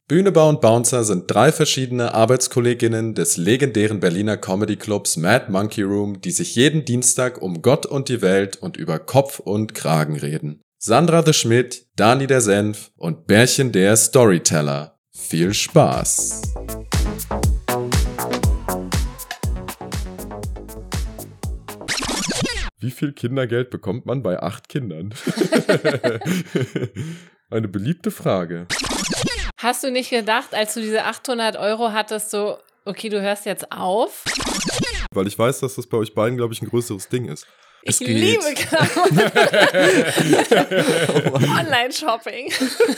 Bühne, Bar und Bouncer sind 3 verschiedene Arbeitskolleginnen des legendären Berliner Comedy-Clubs Mad Monkey Room, die sich jeden Dienstag um Gott und die Welt und über Kopf und Kragen reden. Sandra the Schmidt, Dani der Senf und Bärchen der Storyteller. Viel Spaß! Wie viel Kindergeld bekommt man bei 8 Kindern? Eine beliebte Frage. Hast du nicht gedacht, als du diese 800 € hattest, so, okay, du hörst jetzt auf? Weil ich weiß, dass das bei euch beiden, glaube ich, ein größeres Ding ist. Ich liebe Klamotten. Online-Shopping.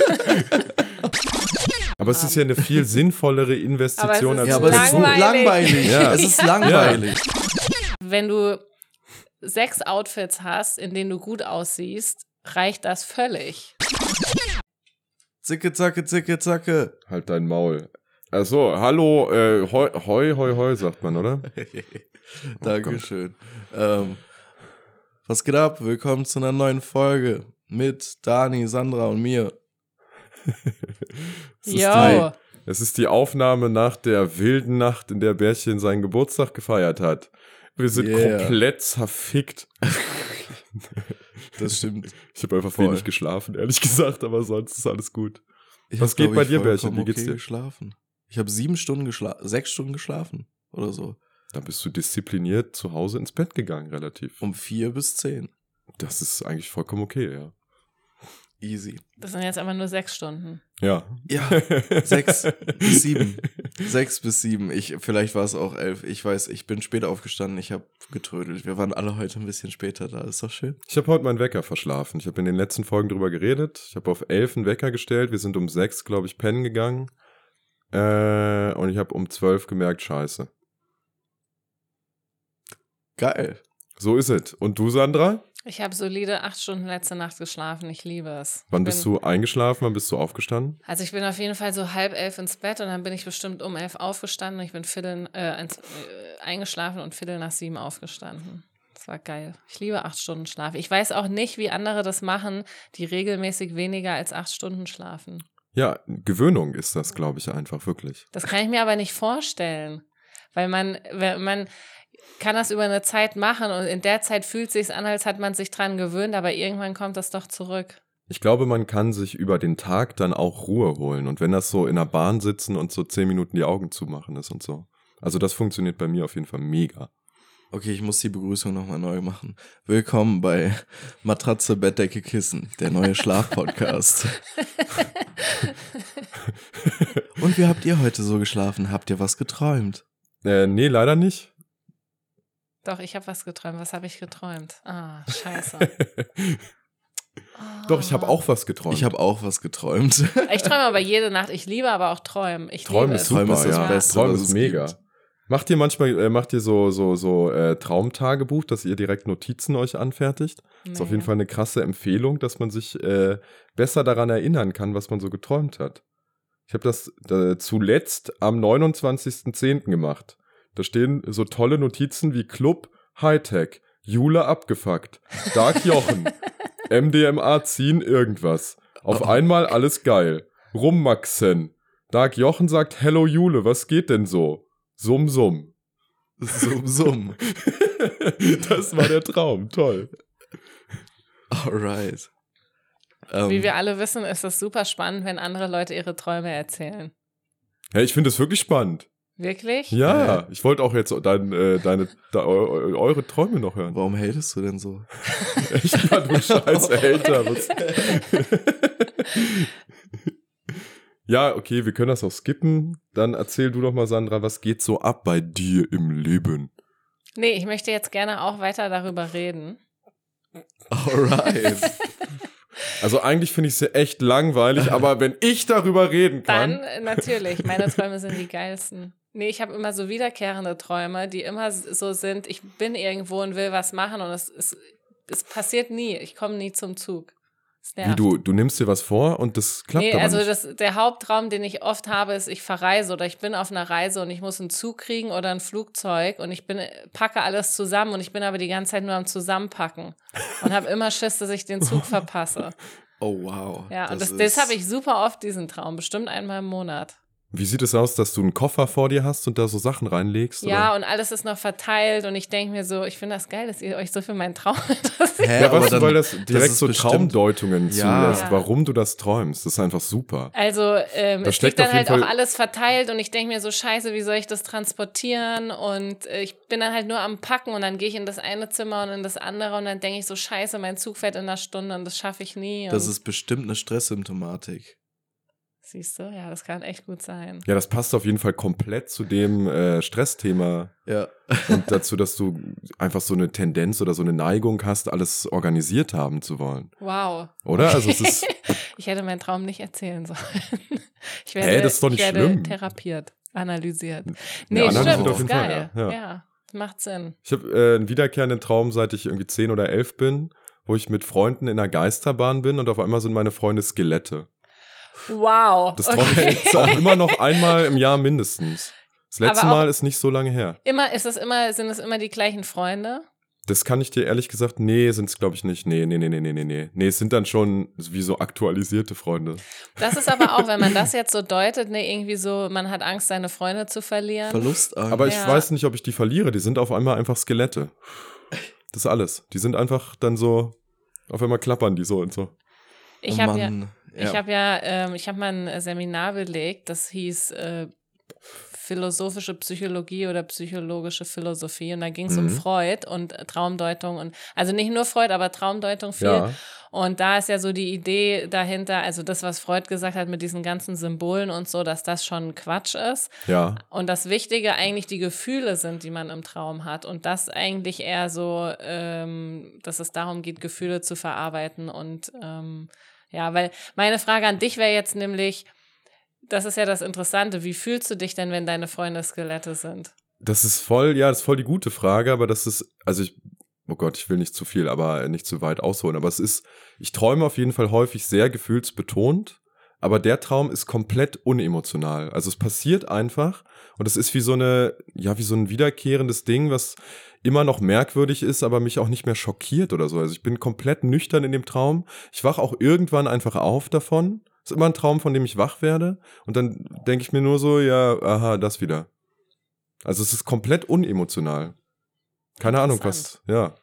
Aber es ist ja eine viel sinnvollere Investition als... Ja, aber es ist langweilig. Ja. Es ist langweilig. Wenn du 6 Outfits hast, in denen du gut aussiehst, reicht das völlig. Zicke, zacke, zicke, zacke. Halt dein Maul. Achso, hallo, hoi, sagt man, oder? Dankeschön. Was geht ab? Willkommen zu einer neuen Folge mit Dani, Sandra und mir. Es ist die Aufnahme nach der wilden Nacht, in der Bärchen seinen Geburtstag gefeiert hat. Wir sind komplett zerfickt. Das stimmt. Ich habe einfach wenig geschlafen, ehrlich gesagt, aber sonst ist alles gut. Was geht geht bei dir, Bärchen? Wie geht's dir? Geschlafen. Ich habe 6 Stunden geschlafen oder so. Dann bist du diszipliniert zu Hause ins Bett gegangen, relativ. Um 4 bis 10. Das ist eigentlich vollkommen okay, ja. Easy. Das sind jetzt aber nur 6 Stunden. Ja. Ja, 6 bis 7. 6 bis 7. Vielleicht war es auch 11. Ich weiß, ich bin spät aufgestanden. Ich habe getrödelt. Wir waren alle heute ein bisschen später da. Ist doch schön. Ich habe heute meinen Wecker verschlafen. Ich habe in den letzten Folgen drüber geredet. Ich habe auf 11 einen Wecker gestellt. Wir sind um 6, glaube ich, pennen gegangen. Und ich habe um 12 gemerkt, scheiße. Geil. So ist es. Und du, Sandra? Ich habe solide 8 Stunden letzte Nacht geschlafen. Ich liebe es. Wann bist du eingeschlafen? Wann bist du aufgestanden? Also ich bin auf jeden Fall so 10:30 ins Bett und dann bin ich bestimmt um 11 aufgestanden. Ich bin eingeschlafen und 6:15 aufgestanden. Das war geil. Ich liebe 8 Stunden Schlaf. Ich weiß auch nicht, wie andere das machen, die regelmäßig weniger als 8 Stunden schlafen. Ja, Gewöhnung ist das, glaube ich, einfach wirklich. Das kann ich mir aber nicht vorstellen. Weil man kann das über eine Zeit machen und in der Zeit fühlt es sich an, als hat man sich dran gewöhnt, aber irgendwann kommt das doch zurück. Ich glaube, man kann sich über den Tag dann auch Ruhe holen. Und wenn das so in der Bahn sitzen und so 10 Minuten die Augen zumachen ist und so. Also das funktioniert bei mir auf jeden Fall mega. Okay, ich muss die Begrüßung nochmal neu machen. Willkommen bei Matratze, Bettdecke, Kissen, der neue Schlafpodcast. Und wie habt ihr heute so geschlafen? Habt ihr was geträumt? Nee, leider nicht. Doch, ich habe was geträumt. Was habe ich geträumt? Ah, scheiße. Doch, ich habe auch was geträumt. Ich habe auch was geträumt. Ich träume aber jede Nacht. Ich liebe aber auch Träumen. Träumen ist super, Träumen ist das ja. Beste, Träumen was ist es mega. gibt. Macht ihr so Traumtagebuch, dass ihr direkt Notizen euch anfertigt? Nee. Ist auf jeden Fall eine krasse Empfehlung, dass man sich besser daran erinnern kann, was man so geträumt hat. Ich habe das zuletzt am 29.10. gemacht. Da stehen so tolle Notizen wie Club, Hightech, Jule abgefuckt, Dark Jochen, MDMA ziehen irgendwas. Auf einmal alles geil. Rummaxen. Dark Jochen sagt, hello Jule, was geht denn so? Summ, summ. Summ, summ. Das war der Traum, toll. Alright. Wie wir alle wissen, ist es super spannend, wenn andere Leute ihre Träume erzählen. Hey, ich finde es wirklich spannend. Wirklich? Ja, ich wollte auch jetzt eure Träume noch hören. Warum hatest du denn so? Echt mal, du scheiß Älter. Ja, okay, wir können das auch skippen. Dann erzähl du doch mal, Sandra, was geht so ab bei dir im Leben? Nee, ich möchte jetzt gerne auch weiter darüber reden. Alright. Also eigentlich finde ich es echt langweilig, aber wenn ich darüber reden kann... Dann natürlich, meine Träume sind die geilsten. Nee, ich habe immer so wiederkehrende Träume, die immer so sind, ich bin irgendwo und will was machen und es passiert nie, ich komme nie zum Zug. Wie, du nimmst dir was vor und das klappt aber also nicht? Der Haupttraum, den ich oft habe, ist, ich verreise oder ich bin auf einer Reise und ich muss einen Zug kriegen oder ein Flugzeug und ich packe alles zusammen und ich bin aber die ganze Zeit nur am Zusammenpacken und habe immer Schiss, dass ich den Zug verpasse. Oh, wow. Ja, und das habe ich super oft, diesen Traum, bestimmt einmal im Monat. Wie sieht es aus, dass du einen Koffer vor dir hast und da so Sachen reinlegst? Ja, oder? und alles ist noch verteilt und ich denke mir so, ich finde das geil, dass ihr euch so für meinen Traum interessiert. Hä, Ja, aber weißt du, dann- weil das direkt ist so bestimmt- Traumdeutungen Ja. zulässt, Ja. warum du das träumst. Das ist einfach super. Also es steckt liegt dann auf jeden halt auch Fall- alles verteilt und ich denke mir so, scheiße, wie soll ich das transportieren? Und ich bin dann halt nur am Packen und dann gehe ich in das eine Zimmer und in das andere und dann denke ich so, scheiße, mein Zug fährt in einer Stunde und das schaffe ich nie. Das Und ist bestimmt eine Stresssymptomatik. siehst du, ja, das kann echt gut sein. Ja, das passt auf jeden Fall komplett zu dem Stressthema Ja. und dazu, dass du einfach so eine Tendenz oder so eine Neigung hast, alles organisiert haben zu wollen. Wow. Oder? Also es ist, Ich hätte meinen Traum nicht erzählen sollen. Ich Das ist doch nicht ich werde schlimm. therapiert, analysiert. Ja, Nee, analysiert stimmt, auf ist jeden Fall, geil. ja. Ja, macht Sinn. ich habe einen wiederkehrenden Traum, seit ich irgendwie 10 oder 11 bin, wo ich mit Freunden in einer Geisterbahn bin und auf einmal sind meine Freunde Skelette. Wow. Das träume ich jetzt auch immer noch einmal im Jahr mindestens. Das letzte Aber auch- Mal ist nicht so lange her. Sind es immer die gleichen Freunde? Das kann ich dir ehrlich gesagt, nee, sind es glaube ich nicht. Nee. Nee, es sind dann schon wie so aktualisierte Freunde. Das ist aber auch, wenn man das jetzt so deutet, ne, irgendwie so, man hat Angst, seine Freunde zu verlieren. Verlustangst. Aber ich Ja. weiß nicht, ob ich die verliere. Die sind auf einmal einfach Skelette. Das ist alles. Die sind einfach dann so, auf einmal klappern die so und so. Ich Oh habe ja, Mann. ich habe mal ein Seminar belegt, das hieß philosophische Psychologie oder psychologische Philosophie und da ging es um Freud und Traumdeutung und also nicht nur Freud, aber Traumdeutung viel. Ja. Und da ist ja so die Idee dahinter, also das, was Freud gesagt hat mit diesen ganzen Symbolen und so, dass das schon Quatsch ist. Ja. Und das Wichtige eigentlich die Gefühle sind, die man im Traum hat. Und das eigentlich eher so, dass es darum geht, Gefühle zu verarbeiten. Und ja, weil meine Frage an dich wäre jetzt nämlich, das ist ja das Interessante, wie fühlst du dich denn, wenn deine Freunde Skelette sind? Das ist voll die gute Frage, aber das ist, also oh Gott, ich will nicht zu viel, aber nicht zu weit ausholen, aber ich träume auf jeden Fall häufig sehr gefühlsbetont, aber der Traum ist komplett unemotional. Also es passiert einfach und es ist wie so ein wiederkehrendes Ding, was immer noch merkwürdig ist, aber mich auch nicht mehr schockiert oder so. Also ich bin komplett nüchtern in dem Traum. Ich wach auch irgendwann einfach auf davon. Ist immer ein Traum, von dem ich wach werde. Und dann denke ich mir nur so, ja, aha, das wieder. Also es ist komplett unemotional. Keine Ahnung, was, ja.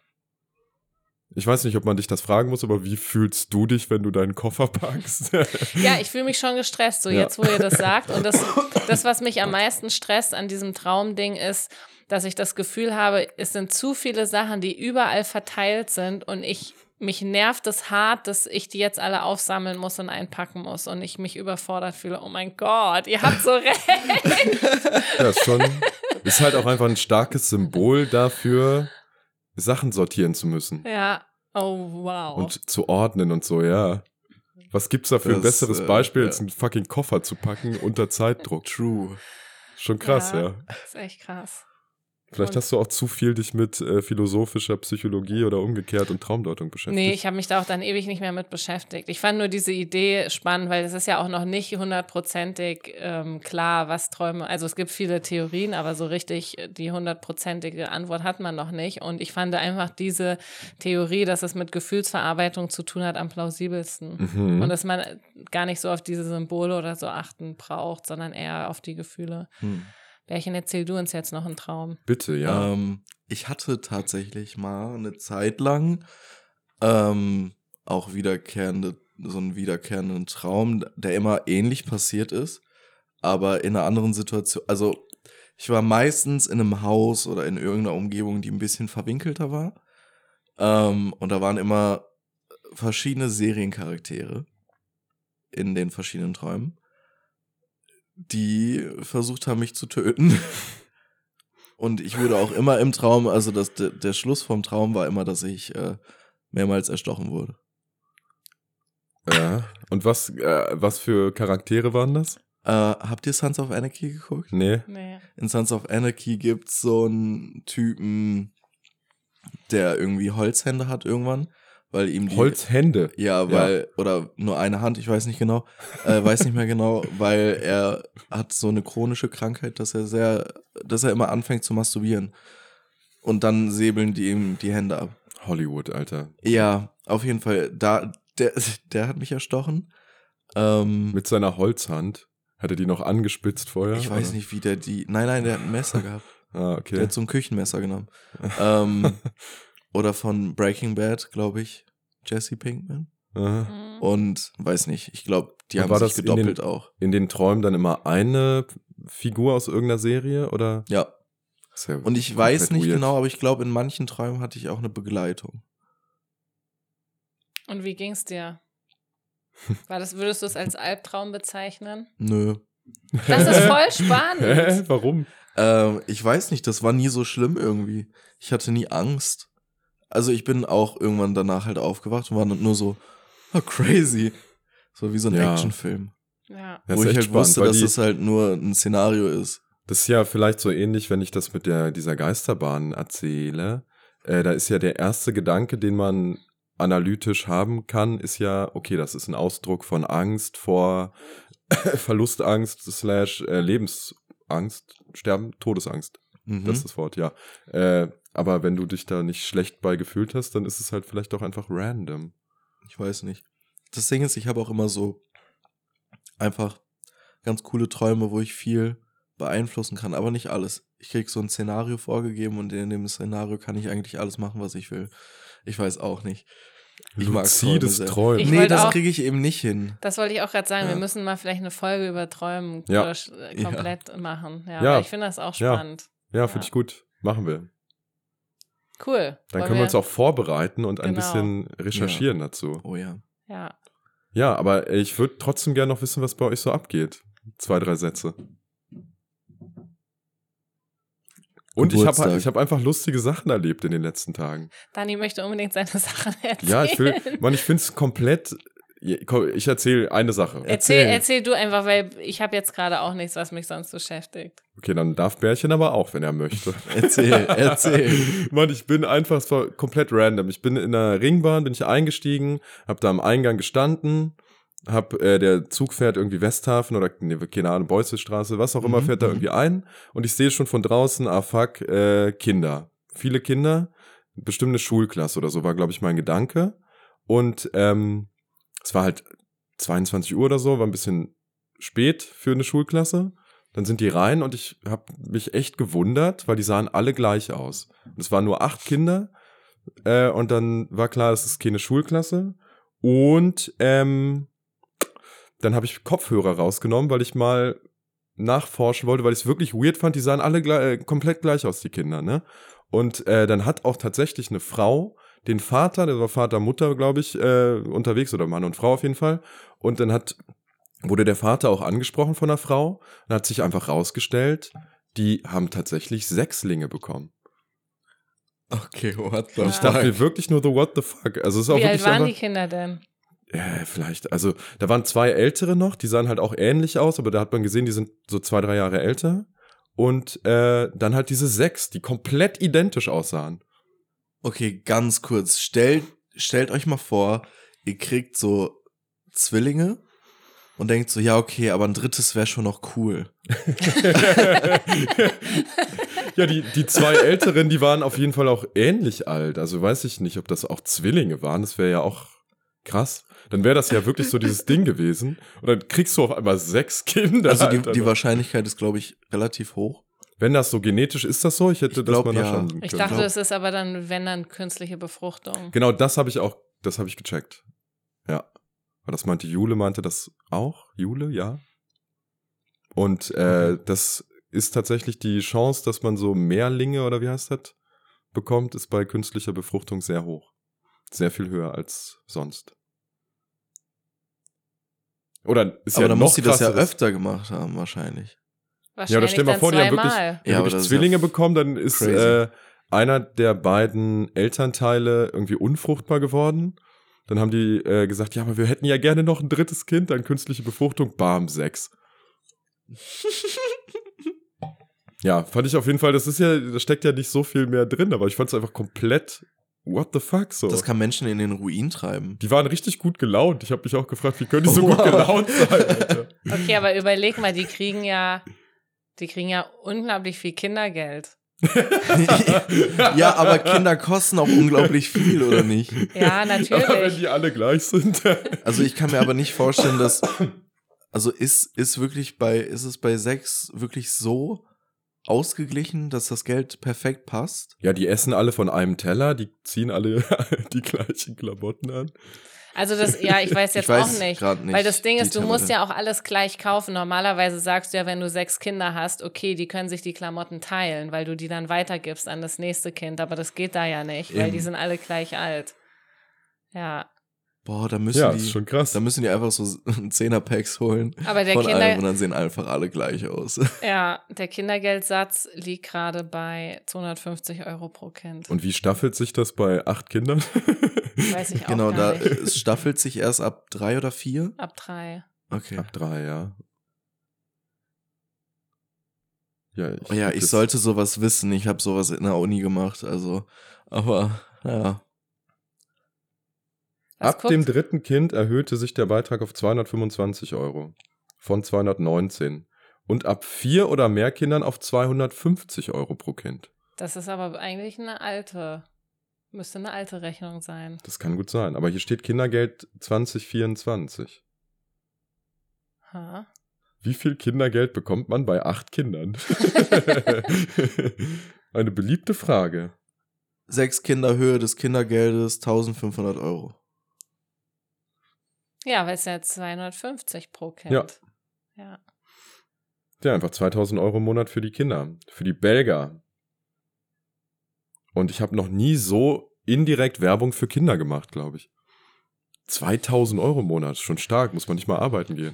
Ich weiß nicht, ob man dich das fragen muss, aber wie fühlst du dich, wenn du deinen Koffer packst? Ja, ich fühle mich schon gestresst, so Ja. jetzt, wo ihr das sagt. Und das, was mich am meisten stresst an diesem Traumding ist, dass ich das Gefühl habe, es sind zu viele Sachen, die überall verteilt sind und mich nervt es hart, dass ich die jetzt alle aufsammeln muss und einpacken muss und ich mich überfordert fühle. Oh mein Gott, ihr habt so recht. Ja, ist halt auch einfach ein starkes Symbol dafür, Sachen sortieren zu müssen Ja, oh wow. und zu ordnen und so, ja. Was gibt's da für ein Das, besseres Beispiel, ja. als einen fucking Koffer zu packen unter Zeitdruck? True. Schon krass, ja. Ist echt krass. Vielleicht Und- hast du auch zu viel dich mit philosophischer Psychologie oder umgekehrt und Traumdeutung beschäftigt. Nee, ich habe mich da auch dann ewig nicht mehr mit beschäftigt. Ich fand nur diese Idee spannend, weil es ist ja auch noch nicht 100%ig klar, was Träume, also es gibt viele Theorien, aber so richtig die 100%ige Antwort hat man noch nicht. Und ich fand einfach diese Theorie, dass es mit Gefühlsverarbeitung zu tun hat, am plausibelsten. Mhm. Und dass man gar nicht so auf diese Symbole oder so achten braucht, sondern eher auf die Gefühle. Welchen erzähl du uns jetzt noch einen Traum? Bitte, ja. Ich hatte tatsächlich mal eine Zeit lang auch so einen wiederkehrenden Traum, der immer ähnlich passiert ist, aber in einer anderen Situation. Also ich war meistens in einem Haus oder in irgendeiner Umgebung, die ein bisschen verwinkelter war. Und da waren immer verschiedene Seriencharaktere in den verschiedenen Träumen, die versucht haben, mich zu töten. Und ich wurde auch immer im Traum, also der Schluss vom Traum war immer, dass ich mehrmals erstochen wurde. Ja. Und was für Charaktere waren das? Habt ihr Sons of Anarchy geguckt? Nee. Nee. In Sons of Anarchy gibt's so einen Typen, der irgendwie Holzhände hat irgendwann, weil ihm die Holzhände. Ja, oder nur eine Hand, ich weiß nicht genau, weiß nicht mehr genau, weil er hat so eine chronische Krankheit, dass er immer anfängt zu masturbieren. Und dann säbeln die ihm die Hände ab. Hollywood, Alter. Ja, auf jeden Fall, der hat mich erstochen. Mit seiner Holzhand. Hat er die noch angespitzt vorher? Ich weiß oder? nicht, wie der die. Nein, der hat ein Messer gehabt. Ah, okay. Der hat so ein Küchenmesser genommen. Oder von Breaking Bad, glaube ich, Jesse Pinkman. Aha. Und weiß nicht, ich glaube, die Und haben war sich das gedoppelt auch. In den Träumen dann immer eine Figur aus irgendeiner Serie? Oder? Ja. Ist ja Und ich weiß komplett nicht weird. genau, aber ich glaube, in manchen Träumen hatte ich auch eine Begleitung. Und wie ging's dir? Würdest du es als Albtraum bezeichnen? Nö. Das ist voll spannend. Warum? Ich weiß nicht, das war nie so schlimm irgendwie. Ich hatte nie Angst. Also ich bin auch irgendwann danach halt aufgewacht und war nur so, oh, crazy. So wie so ein Ja. Actionfilm. Ja. Das Wo ist ich echt halt spannend, wusste, weil dass die- es halt nur ein Szenario ist. Das ist ja vielleicht so ähnlich, wenn ich das mit dieser Geisterbahn erzähle. Da ist ja der erste Gedanke, den man analytisch haben kann, ist ja, okay, das ist ein Ausdruck von Angst vor Verlustangst / Lebensangst, Sterben, Todesangst. Mhm. Das ist das Wort, ja. Aber wenn du dich da nicht schlecht bei gefühlt hast, dann ist es halt vielleicht auch einfach random. Ich weiß nicht. Das Ding ist, ich habe auch immer so einfach ganz coole Träume, wo ich viel beeinflussen kann, aber nicht alles. Ich krieg so ein Szenario vorgegeben und in dem Szenario kann ich eigentlich alles machen, was ich will. Ich weiß auch nicht. Ich mag Luzides Träume sehr. Träumen. Ich Nee, wollte das auch- kriege ich eben nicht hin. Das wollte ich auch gerade sagen. Ja. Wir müssen mal vielleicht eine Folge über Träumen Ja. komplett machen. Ja, Ja. weil ich finde das auch Ja. spannend. Ja, finde Ja. ich gut. Machen wir. Cool. Dann Wollen können wir uns auch vorbereiten und ein Genau. bisschen recherchieren dazu. Oh ja. Ja. Ja, aber ich würde trotzdem gerne noch wissen, was bei euch so abgeht. 2, 3 Sätze. Und Geburtstag. ich hab einfach lustige Sachen erlebt in den letzten Tagen. Dani möchte unbedingt seine Sachen erzählen. Ja, ich finde es komplett. Ich erzähle eine Sache. Erzähl du einfach, weil ich habe jetzt gerade auch nichts, was mich sonst beschäftigt. Okay, dann darf Bärchen aber auch, wenn er möchte. Erzähl. Mann, ich bin einfach, es war komplett random. Ich bin in einer Ringbahn, bin ich eingestiegen, hab da am Eingang gestanden, der Zug fährt irgendwie Westhafen oder, nee, keine Ahnung, Beuselstraße, was auch immer, fährt da irgendwie ein und ich sehe schon von draußen, fuck, Kinder. Viele Kinder, bestimmt eine Schulklasse oder so, war, glaube ich, mein Gedanke. Und, es war halt 22 Uhr oder so, war ein bisschen spät für eine Schulklasse. Dann sind die rein und ich habe mich echt gewundert, weil die sahen alle gleich aus. Und es waren nur 8 Kinder und dann war klar, das ist keine Schulklasse. Und dann habe ich Kopfhörer rausgenommen, weil ich mal nachforschen wollte, weil ich es wirklich weird fand. Die sahen alle komplett gleich aus, die Kinder, ne? Und dann hat auch tatsächlich eine Frau den Vater, der war Vater, Mutter, glaube ich, unterwegs, oder Mann und Frau auf jeden Fall. Und dann wurde der Vater auch angesprochen von der Frau und hat sich einfach rausgestellt, die haben tatsächlich Sechslinge bekommen. Okay, what the Ja. Ich dachte mir wirklich nur the what the fuck. Also es ist auch Wie alt wirklich waren einfach, die Kinder denn? vielleicht, also da waren 2 Ältere noch, die sahen halt auch ähnlich aus, aber da hat man gesehen, die sind so 2, 3 Jahre älter. Und dann halt diese 6, die komplett identisch aussahen. Okay, ganz kurz. Stellt euch mal vor, ihr kriegt so Zwillinge und denkt so, ja, okay, aber ein drittes wäre schon noch cool. Ja, die 2 Älteren, die waren auf jeden Fall auch ähnlich alt. Also weiß ich nicht, ob das auch Zwillinge waren. Das wäre ja auch krass. Dann wäre das ja wirklich so dieses Ding gewesen. Und dann kriegst du auf einmal 6 Kinder. Also Alter. die Wahrscheinlichkeit ist, glaube ich, relativ hoch. Wenn das so genetisch ist, das so? Ich hätte Ich glaub, das mal ja. nachschauen können. Ich dachte, es ist aber dann, wenn dann künstliche Befruchtung. Genau, das habe ich gecheckt. Ja. Aber das meinte das auch? Jule, ja. Und das ist tatsächlich die Chance, dass man so Mehrlinge oder wie heißt das, bekommt, ist bei künstlicher Befruchtung sehr hoch. Sehr viel höher als sonst. Oder ist Aber ja dann noch muss sie das ja krasser, öfter gemacht haben, wahrscheinlich. Ja, oder stell mal dann vor, die haben wirklich, zweimal. die Ja, haben aber wirklich das ist Zwillinge ja bekommen, dann ist crazy. einer der beiden Elternteile irgendwie unfruchtbar geworden. Dann haben die gesagt, ja, aber wir hätten ja gerne noch ein drittes Kind, dann künstliche Befruchtung, bam, 6. Ja, fand ich auf jeden Fall, da steckt ja nicht so viel mehr drin, aber ich fand es einfach komplett, what the fuck, so. Das kann Menschen in den Ruin treiben. Die waren richtig gut gelaunt. Ich habe mich auch gefragt, wie können die so gut Wow. gelaunt sein, Alter? Okay, aber überleg mal, die kriegen ja unglaublich viel Kindergeld. Ja, aber Kinder kosten auch unglaublich viel, oder nicht? Ja, Aber wenn natürlich. die alle gleich sind. Also ich kann mir aber nicht vorstellen, dass, also ist es bei 6 wirklich so ausgeglichen, dass das Geld perfekt passt? Ja, die essen alle von einem Teller, die ziehen alle die gleichen Klamotten an. Also ich weiß jetzt Ich weiß auch nicht. grad nicht Weil das Ding die ist, du musst Tabelle. ja auch alles gleich kaufen. Normalerweise sagst du ja, wenn du 6 Kinder hast, okay, die können sich die Klamotten teilen, weil du die dann weitergibst an das nächste Kind. Aber das geht da ja nicht, weil die Eben. sind alle gleich alt. Ja. Boah, da müssen Ja, die, ist schon krass. da müssen die einfach so 10er-Packs holen Aber der von Kinder- allem und dann sehen einfach alle gleich aus. Ja, der Kindergeldsatz liegt gerade bei 250 Euro pro Kind. Und wie staffelt sich das bei 8 Kindern? Weiß ich auch Genau, gar da nicht. es staffelt sich erst ab 3 oder 4. Ab 3. Okay. Ab 3, ja. Ja, Oh ja, ich sollte sowas wissen. Ich habe sowas in der Uni gemacht, also, aber ja. Was Ab guckt- dem 3. Kind erhöhte sich der Beitrag auf 225 Euro von 219 und ab 4 oder mehr Kindern auf 250 Euro pro Kind. Das ist aber eigentlich müsste eine alte Rechnung sein. Das kann gut sein, aber hier steht Kindergeld 2024. Ha. Wie viel Kindergeld bekommt man bei 8 Kindern? Eine beliebte Frage. 6 Kinder Höhe des Kindergeldes, 1500 Euro. Ja, weil es ja 250 pro Kind. Ja. Ja. Ja, einfach 2000 Euro im Monat für die Kinder, für die Belger. Und ich habe noch nie so indirekt Werbung für Kinder gemacht, glaube ich. 2000 Euro im Monat, ist schon stark, muss man nicht mal arbeiten gehen.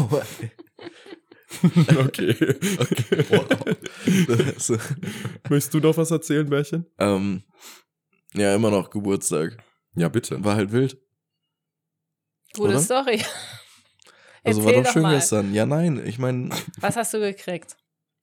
Okay. Wow. Das, Möchtest du noch was erzählen, Bärchen? ja, immer noch Geburtstag. Ja, bitte. War halt wild. Gute Oder? Story. Also Erzähl war doch doch schön mal. gestern. Ja, nein, ich meine, Was hast du gekriegt?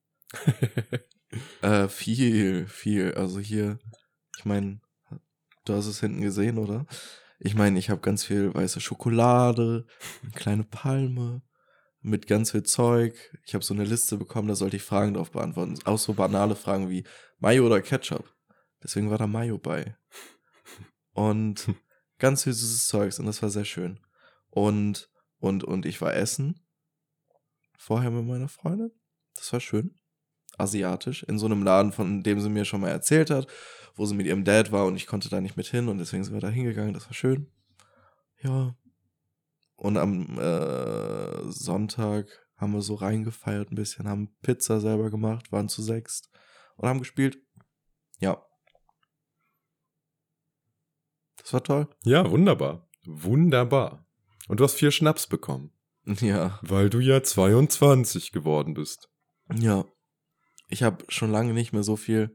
viel. Also hier, ich meine, du hast es hinten gesehen, oder? Ich meine, ich habe ganz viel weiße Schokolade, eine kleine Palme mit ganz viel Zeug. Ich habe so eine Liste bekommen, da sollte ich Fragen drauf beantworten. Auch so banale Fragen wie Mayo oder Ketchup. Deswegen war da Mayo bei. Und ganz viel süßes Zeugs und das war sehr schön. Und ich war essen. Vorher mit meiner Freundin. Das war schön. Asiatisch. In so einem Laden, von dem sie mir schon mal erzählt hat, wo sie mit ihrem Dad war und ich konnte da nicht mit hin und deswegen sind wir da hingegangen. Das war schön. Ja. Und am Sonntag haben wir so reingefeiert ein bisschen, haben Pizza selber gemacht, waren zu 6 und haben gespielt. Ja. Das war toll. Ja, wunderbar. Wunderbar. Und du hast 4 Schnaps bekommen. Ja. Weil du ja 22 geworden bist. Ja. Ich habe schon lange nicht mehr so viel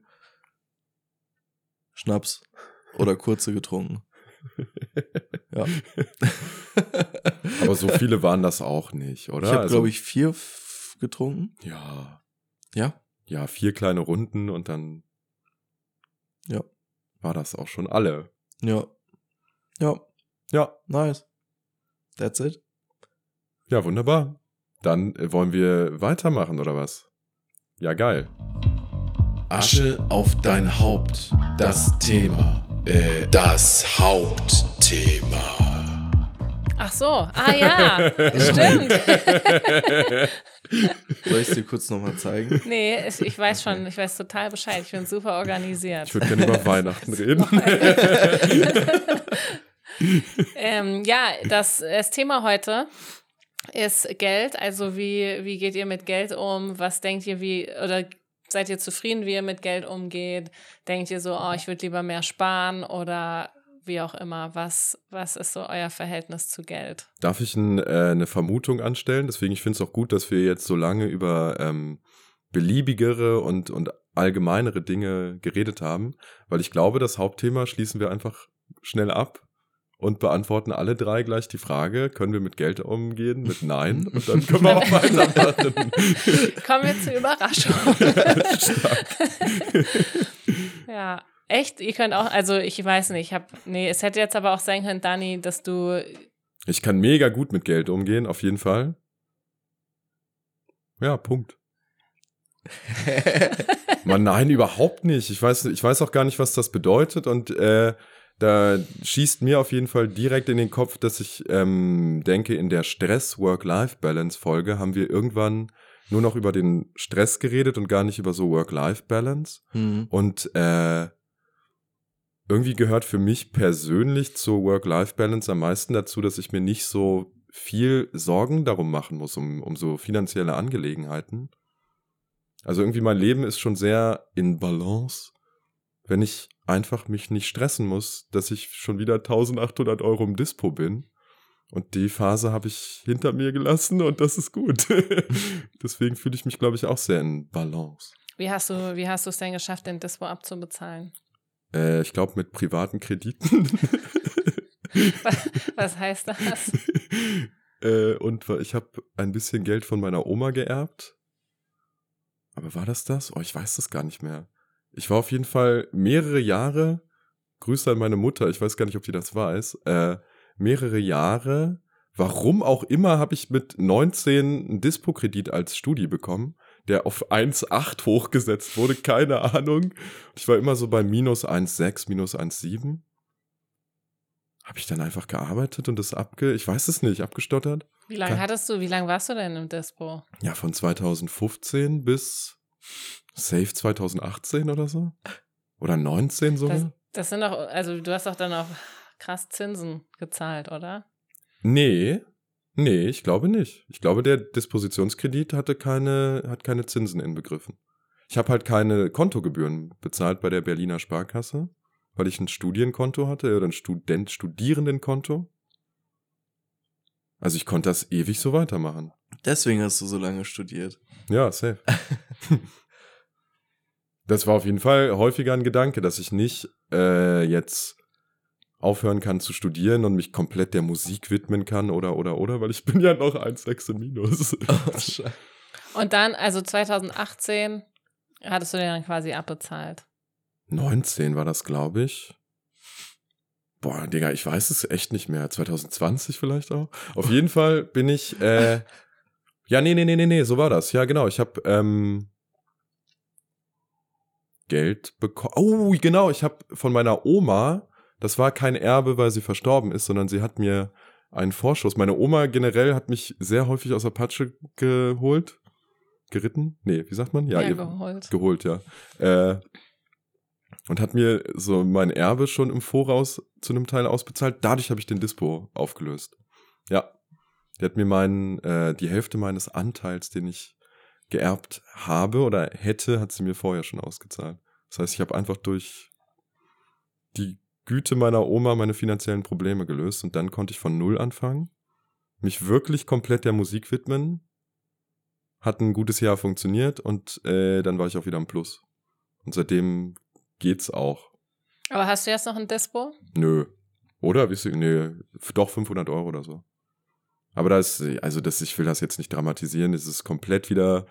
Schnaps oder kurze getrunken. Ja. Aber so viele waren das auch nicht, oder? Ich habe, glaube ich, 4 getrunken. Ja. Ja. Ja, 4 kleine Runden und dann Ja. war das auch schon alle. Ja. Ja. Ja. Nice. That's it. Ja, wunderbar. Dann wollen wir weitermachen, oder was? Ja, geil. Asche auf dein Haupt. Das Thema. Das Hauptthema. Ach so. Ah ja. Stimmt. Soll ich es dir kurz nochmal zeigen? Nee, ich weiß schon. Ich weiß total Bescheid. Ich bin super organisiert. Ich würde gerne über Weihnachten reden. Ja, das Thema heute ist Geld. Also wie geht ihr mit Geld um? Was denkt ihr, oder seid ihr zufrieden, wie ihr mit Geld umgeht? Denkt ihr so, oh, ich würde lieber mehr sparen oder wie auch immer? Was ist so euer Verhältnis zu Geld? Darf ich eine Vermutung anstellen? Deswegen, ich finde es auch gut, dass wir jetzt so lange über beliebigere und allgemeinere Dinge geredet haben, weil ich glaube, das Hauptthema schließen wir einfach schnell ab und beantworten alle 3 gleich die Frage, können wir mit Geld umgehen? Mit Nein. Und dann können wir auch weitermachen. Kommen wir zur Überraschung. Ja, echt? Ihr könnt auch, also ich weiß nicht, es hätte jetzt aber auch sein können, Dani, dass du, Ich kann mega gut mit Geld umgehen, auf jeden Fall. Ja, Punkt. Mann, nein, überhaupt nicht. Ich weiß auch gar nicht, was das bedeutet und da schießt mir auf jeden Fall direkt in den Kopf, dass ich denke, in der Stress-Work-Life-Balance-Folge haben wir irgendwann nur noch über den Stress geredet und gar nicht über so Work-Life-Balance. Und irgendwie gehört für mich persönlich zur Work-Life-Balance am meisten dazu, dass ich mir nicht so viel Sorgen darum machen muss, um so finanzielle Angelegenheiten. Also irgendwie mein Leben ist schon sehr in Balance, wenn ich einfach mich nicht stressen muss, dass ich schon wieder 1.800 € im Dispo bin. Und die Phase habe ich hinter mir gelassen und das ist gut. Deswegen fühle ich mich, glaube ich, auch sehr in Balance. Wie hast du es denn geschafft, den Dispo abzubezahlen? Ich glaube, mit privaten Krediten. Was heißt das? Und ich habe ein bisschen Geld von meiner Oma geerbt. Aber war das? Oh, ich weiß das gar nicht mehr. Ich war auf jeden Fall mehrere Jahre, Grüße an meine Mutter, ich weiß gar nicht, ob die das weiß, mehrere Jahre, warum auch immer, habe ich mit 19 einen Dispo-Kredit als Studi bekommen, der auf 1,8 hochgesetzt wurde, keine Ahnung. Ich war immer so bei minus 1,6, minus 1,7. Habe ich dann einfach gearbeitet und das ich weiß es nicht, abgestottert. Wie lange warst du denn im Dispo? Ja, von 2015 bis safe 2018 oder so. Oder 19 so. Das sind doch, also du hast doch dann auch krass Zinsen gezahlt, oder? Nee, ich glaube nicht. Ich glaube, der Dispositionskredit hat keine Zinsen inbegriffen. Ich habe halt keine Kontogebühren bezahlt bei der Berliner Sparkasse, weil ich ein Studienkonto hatte oder ein Studierendenkonto. Also ich konnte das ewig so weitermachen. Deswegen hast du so lange studiert. Ja, safe. Das war auf jeden Fall häufiger ein Gedanke, dass ich nicht jetzt aufhören kann zu studieren und mich komplett der Musik widmen kann oder, weil ich bin ja noch 1,6 im Minus. Und dann, also 2018, hattest du den dann quasi abbezahlt? 19 war das, glaube ich. Boah, Digga, ich weiß es echt nicht mehr. 2020 vielleicht auch. Auf jeden Fall bin ich, ja, nee, so war das. Ja, genau, ich habe Geld bekommen. Oh, genau, ich habe von meiner Oma, das war kein Erbe, weil sie verstorben ist, sondern sie hat mir einen Vorschuss. Meine Oma generell hat mich sehr häufig aus der Patsche geritten? Nee, wie sagt man? Ja, geholt, ja. Und hat mir so mein Erbe schon im Voraus zu einem Teil ausbezahlt. Dadurch habe ich den Dispo aufgelöst. Ja, die hat mir die Hälfte meines Anteils, den ich geerbt habe oder hätte, hat sie mir vorher schon ausgezahlt. Das heißt, ich habe einfach durch die Güte meiner Oma meine finanziellen Probleme gelöst und dann konnte ich von null anfangen, mich wirklich komplett der Musik widmen, hat ein gutes Jahr funktioniert und dann war ich auch wieder im Plus. Und seitdem geht's auch. Aber hast du jetzt noch ein Dispo? Nö. Oder? Nee, doch 500 € oder so. Aber ich will das jetzt nicht dramatisieren, es ist komplett wieder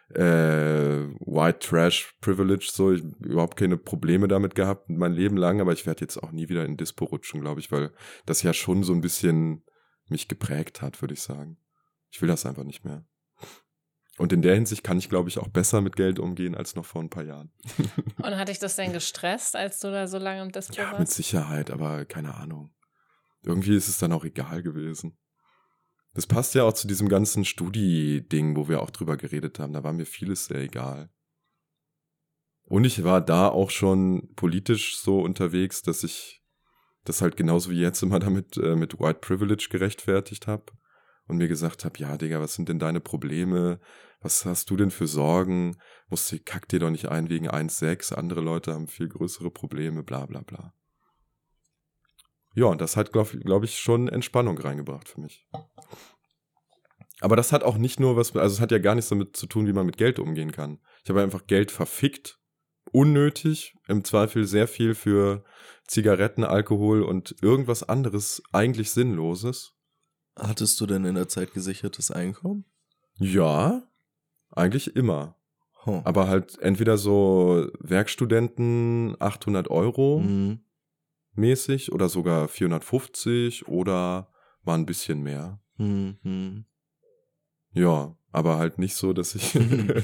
White Trash Privilege, so, ich habe überhaupt keine Probleme damit gehabt mein Leben lang, aber ich werde jetzt auch nie wieder in Dispo rutschen, glaube ich, weil das ja schon so ein bisschen mich geprägt hat, würde ich sagen. Ich will das einfach nicht mehr. Und in der Hinsicht kann ich, glaube ich, auch besser mit Geld umgehen als noch vor ein paar Jahren. Und hat dich das denn gestresst, als du da so lange im Dispo warst? Ja, mit Sicherheit, aber keine Ahnung. Irgendwie ist es dann auch egal gewesen. Das passt ja auch zu diesem ganzen Studi-Ding, wo wir auch drüber geredet haben. Da war mir vieles sehr egal. Und ich war da auch schon politisch so unterwegs, dass ich das halt genauso wie jetzt immer damit mit White Privilege gerechtfertigt habe und mir gesagt habe, ja, Digga, was sind denn deine Probleme? Was hast du denn für Sorgen? Kack dir doch nicht ein wegen 1,6. Andere Leute haben viel größere Probleme, bla bla bla. Ja, und das hat, glaub ich, schon Entspannung reingebracht für mich. Aber das hat auch nicht nur es hat ja gar nichts damit zu tun, wie man mit Geld umgehen kann. Ich habe einfach Geld verfickt, unnötig, im Zweifel sehr viel für Zigaretten, Alkohol und irgendwas anderes, eigentlich Sinnloses. Hattest du denn in der Zeit gesichertes Einkommen? Ja, eigentlich immer. Huh. Aber halt entweder so Werkstudenten 800 € mäßig oder sogar 450 oder mal ein bisschen mehr. Ja, aber halt nicht so, dass dass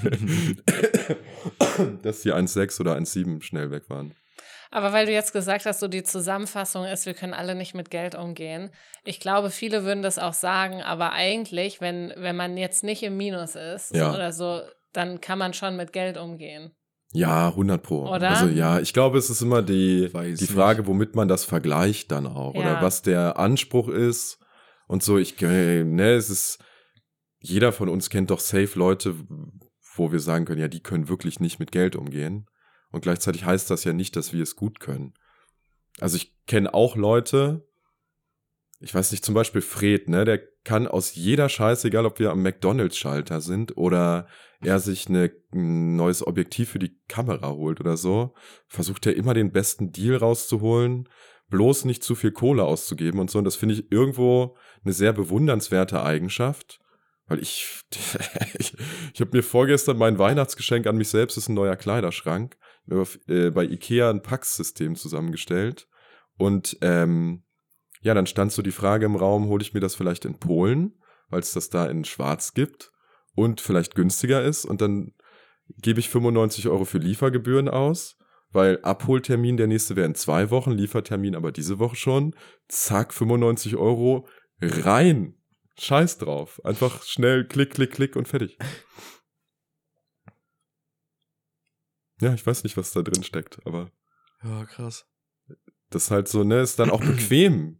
die 1,6 oder 1,7 schnell weg waren. Aber weil du jetzt gesagt hast, so die Zusammenfassung ist, wir können alle nicht mit Geld umgehen. Ich glaube, viele würden das auch sagen, aber eigentlich, wenn man jetzt nicht im Minus ist oder so, dann kann man schon mit Geld umgehen. Ja, 100%. Oder? Also ja, ich glaube, es ist immer die Frage, womit man das vergleicht dann auch. Ja. Oder was der Anspruch ist und so. Es ist, jeder von uns kennt doch safe Leute, wo wir sagen können, ja, die können wirklich nicht mit Geld umgehen. Und gleichzeitig heißt das ja nicht, dass wir es gut können. Also ich kenne auch Leute, ich weiß nicht, zum Beispiel Fred, ne, der kann aus jeder Scheiße, egal ob wir am McDonald's-Schalter sind oder er sich ein neues Objektiv für die Kamera holt oder so, versucht er immer den besten Deal rauszuholen, bloß nicht zu viel Kohle auszugeben und so. Und das finde ich irgendwo eine sehr bewundernswerte Eigenschaft. Weil ich habe mir vorgestern mein Weihnachtsgeschenk an mich selbst, ist ein neuer Kleiderschrank, bei Ikea ein Pax-System zusammengestellt. Und dann stand so die Frage im Raum, hole ich mir das vielleicht in Polen, weil es das da in Schwarz gibt und vielleicht günstiger ist. Und dann gebe ich 95 € für Liefergebühren aus, weil Abholtermin der nächste wäre in 2 Wochen, Liefertermin aber diese Woche schon. Zack, 95 € rein. Scheiß drauf. Einfach schnell klick, klick, klick und fertig. Ja, ich weiß nicht, was da drin steckt, aber. Ja, krass. Das ist halt so, ne, ist dann auch bequem.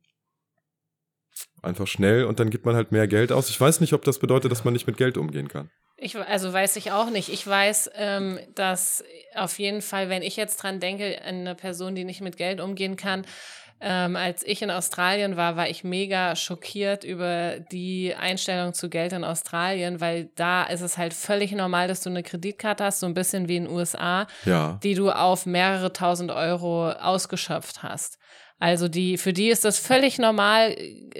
Einfach schnell und dann gibt man halt mehr Geld aus. Ich weiß nicht, ob das bedeutet, dass man nicht mit Geld umgehen kann. Weiß ich auch nicht. Ich weiß, dass auf jeden Fall, wenn ich jetzt dran denke, an eine Person, die nicht mit Geld umgehen kann, als ich in Australien war ich mega schockiert über die Einstellung zu Geld in Australien, weil da ist es halt völlig normal, dass du eine Kreditkarte hast, so ein bisschen wie in den USA, die du auf mehrere 1.000 € ausgeschöpft hast. Also für die ist das völlig normal,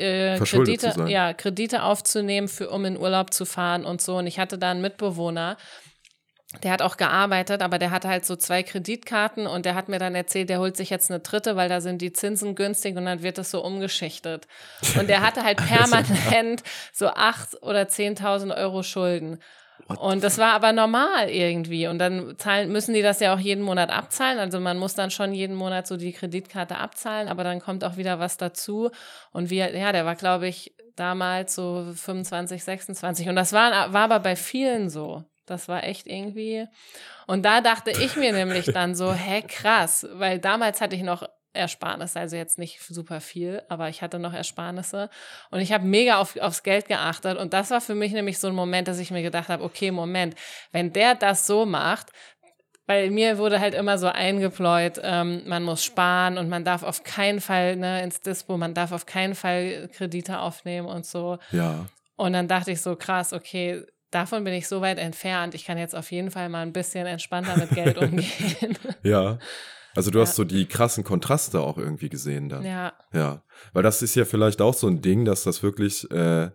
Kredite aufzunehmen, um in Urlaub zu fahren und so. Und ich hatte da einen Mitbewohner, der hat auch gearbeitet, aber der hatte halt so 2 Kreditkarten und der hat mir dann erzählt, der holt sich jetzt eine 3., weil da sind die Zinsen günstig und dann wird das so umgeschichtet. Und der hatte halt permanent so 8.000 oder 10.000 € Schulden. Und das war aber normal irgendwie. Und dann müssen die das ja auch jeden Monat abzahlen. Also man muss dann schon jeden Monat so die Kreditkarte abzahlen, aber dann kommt auch wieder was dazu. Und der war, glaube ich, damals so 25, 26. Und das war aber bei vielen so. Das war echt irgendwie. Und da dachte ich mir nämlich dann so, krass, weil damals hatte ich noch Ersparnisse, also jetzt nicht super viel, aber ich hatte noch Ersparnisse und ich habe mega aufs Geld geachtet und das war für mich nämlich so ein Moment, dass ich mir gedacht habe, okay, Moment, wenn der das so macht, weil mir wurde halt immer so eingepläut, man muss sparen und man darf auf keinen Fall ins Dispo, man darf auf keinen Fall Kredite aufnehmen und so. Ja. Und dann dachte ich so, krass, okay, davon bin ich so weit entfernt, ich kann jetzt auf jeden Fall mal ein bisschen entspannter mit Geld umgehen. Ja. Also du hast so die krassen Kontraste auch irgendwie gesehen dann. Ja. Ja. Weil das ist ja vielleicht auch so ein Ding, dass das wirklich,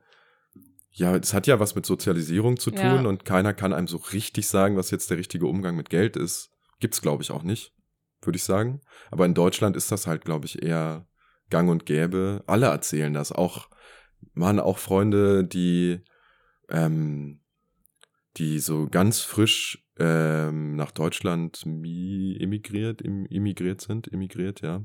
es hat ja was mit Sozialisierung zu tun und keiner kann einem so richtig sagen, was jetzt der richtige Umgang mit Geld ist. Gibt's, glaube ich, auch nicht, würde ich sagen. Aber in Deutschland ist das halt, glaube ich, eher gang und gäbe. Alle erzählen das. Auch Freunde, die so ganz frisch nach Deutschland emigriert, ja.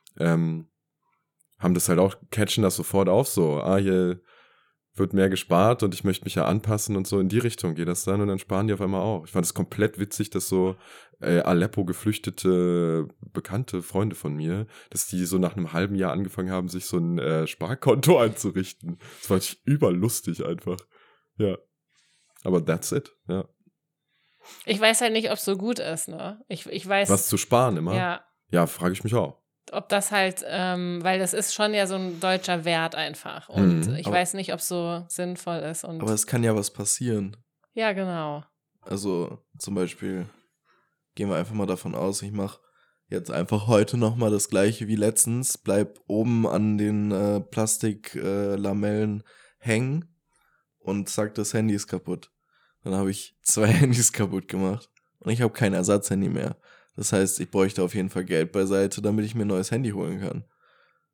Haben das halt auch, catchen das sofort auf so, hier wird mehr gespart und ich möchte mich ja anpassen und so, in die Richtung geht das dann und dann sparen die auf einmal auch. Ich fand es komplett witzig, dass so Aleppo geflüchtete bekannte Freunde von mir, dass die so nach einem halben Jahr angefangen haben, sich so ein Sparkonto einzurichten. Das war überlustig einfach. Ja. Aber that's it, ja. Ich weiß halt nicht, ob es so gut ist, ne? Ich weiß. Was zu sparen immer? Ja. Ja, frage ich mich auch. Ob das halt, weil das ist schon ja so ein deutscher Wert einfach. Und ich weiß nicht, ob es so sinnvoll ist. Aber es kann ja was passieren. Ja, genau. Also zum Beispiel gehen wir einfach mal davon aus, ich mache jetzt einfach heute nochmal das gleiche wie letztens, bleib oben an den Plastiklamellen hängen und zack, das Handy ist kaputt. Dann habe ich 2 Handys kaputt gemacht und ich habe kein Ersatzhandy mehr. Das heißt, ich bräuchte auf jeden Fall Geld beiseite, damit ich mir ein neues Handy holen kann.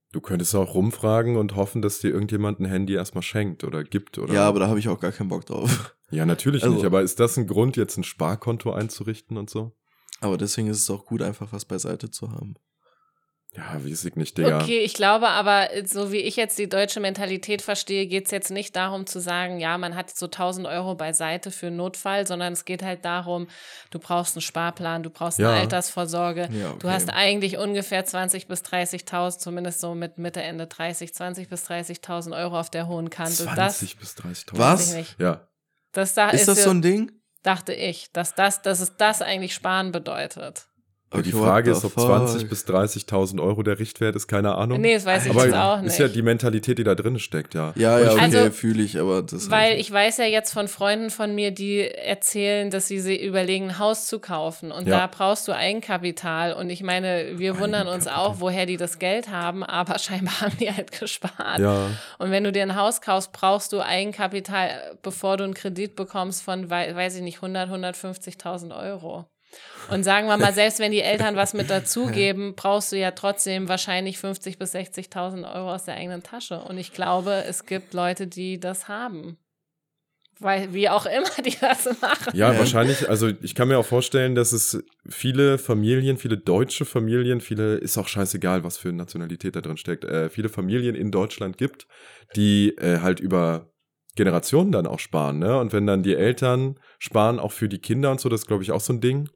Du könntest auch rumfragen und hoffen, dass dir irgendjemand ein Handy erstmal schenkt oder gibt. Oder Ja, aber da habe ich auch gar keinen Bock drauf. Ja, natürlich Also- nicht. Aber ist das ein Grund, jetzt ein Sparkonto einzurichten und so? Aber deswegen ist es auch gut, einfach was beiseite zu haben. Ja, weiß ich nicht, Digga. Okay, ich glaube aber, so wie ich jetzt die deutsche Mentalität verstehe, geht es jetzt nicht darum zu sagen, ja, man hat so 1.000 Euro beiseite für einen Notfall, sondern es geht halt darum, du brauchst einen Sparplan, du brauchst eine Ja. Altersvorsorge. Ja, okay. Du hast eigentlich ungefähr 20.000 bis 30.000, zumindest so mit Mitte, Ende 20 bis 30.000 Euro auf der hohen Kante. 20 bis 30.000. Was? Weiß ich nicht. Ja. Das da Ist das so ein Ding? dachte ich, dass es das eigentlich Sparen bedeutet. Aber die Okay, Frage what ist, the ob fuck? 20 bis 30.000 Euro der Richtwert ist, keine Ahnung. Nee, das weiß ich aber jetzt auch nicht. ist ja die Mentalität, die da drin steckt, ja. Ja, ja, okay, Also- fühle ich, aber das Weil ich weiß ja jetzt von Freunden von mir, die erzählen, dass sie überlegen, ein Haus zu kaufen. Und Ja. da brauchst du Eigenkapital. Und ich meine, wir wundern uns auch, woher die das Geld haben, aber scheinbar haben die halt gespart. Ja, Und wenn du dir ein Haus kaufst, brauchst du Eigenkapital, bevor du einen Kredit bekommst von, weiß ich nicht, 150.000 Euro. Und sagen wir mal, selbst wenn die Eltern was mit dazugeben, brauchst du ja trotzdem wahrscheinlich 50.000 bis 60.000 Euro aus der eigenen Tasche. Und ich glaube, es gibt Leute, die das haben. Weil, wie auch immer die das machen. ja, wahrscheinlich, also ich kann mir auch vorstellen, dass es viele Familien, viele deutsche Familien, ist auch scheißegal, was für Nationalität da drin steckt, viele Familien in Deutschland gibt, die halt über Generationen dann auch sparen, ne? Und wenn dann die Eltern sparen, auch für die Kinder und so, das ist, glaube ich, auch so ein Ding.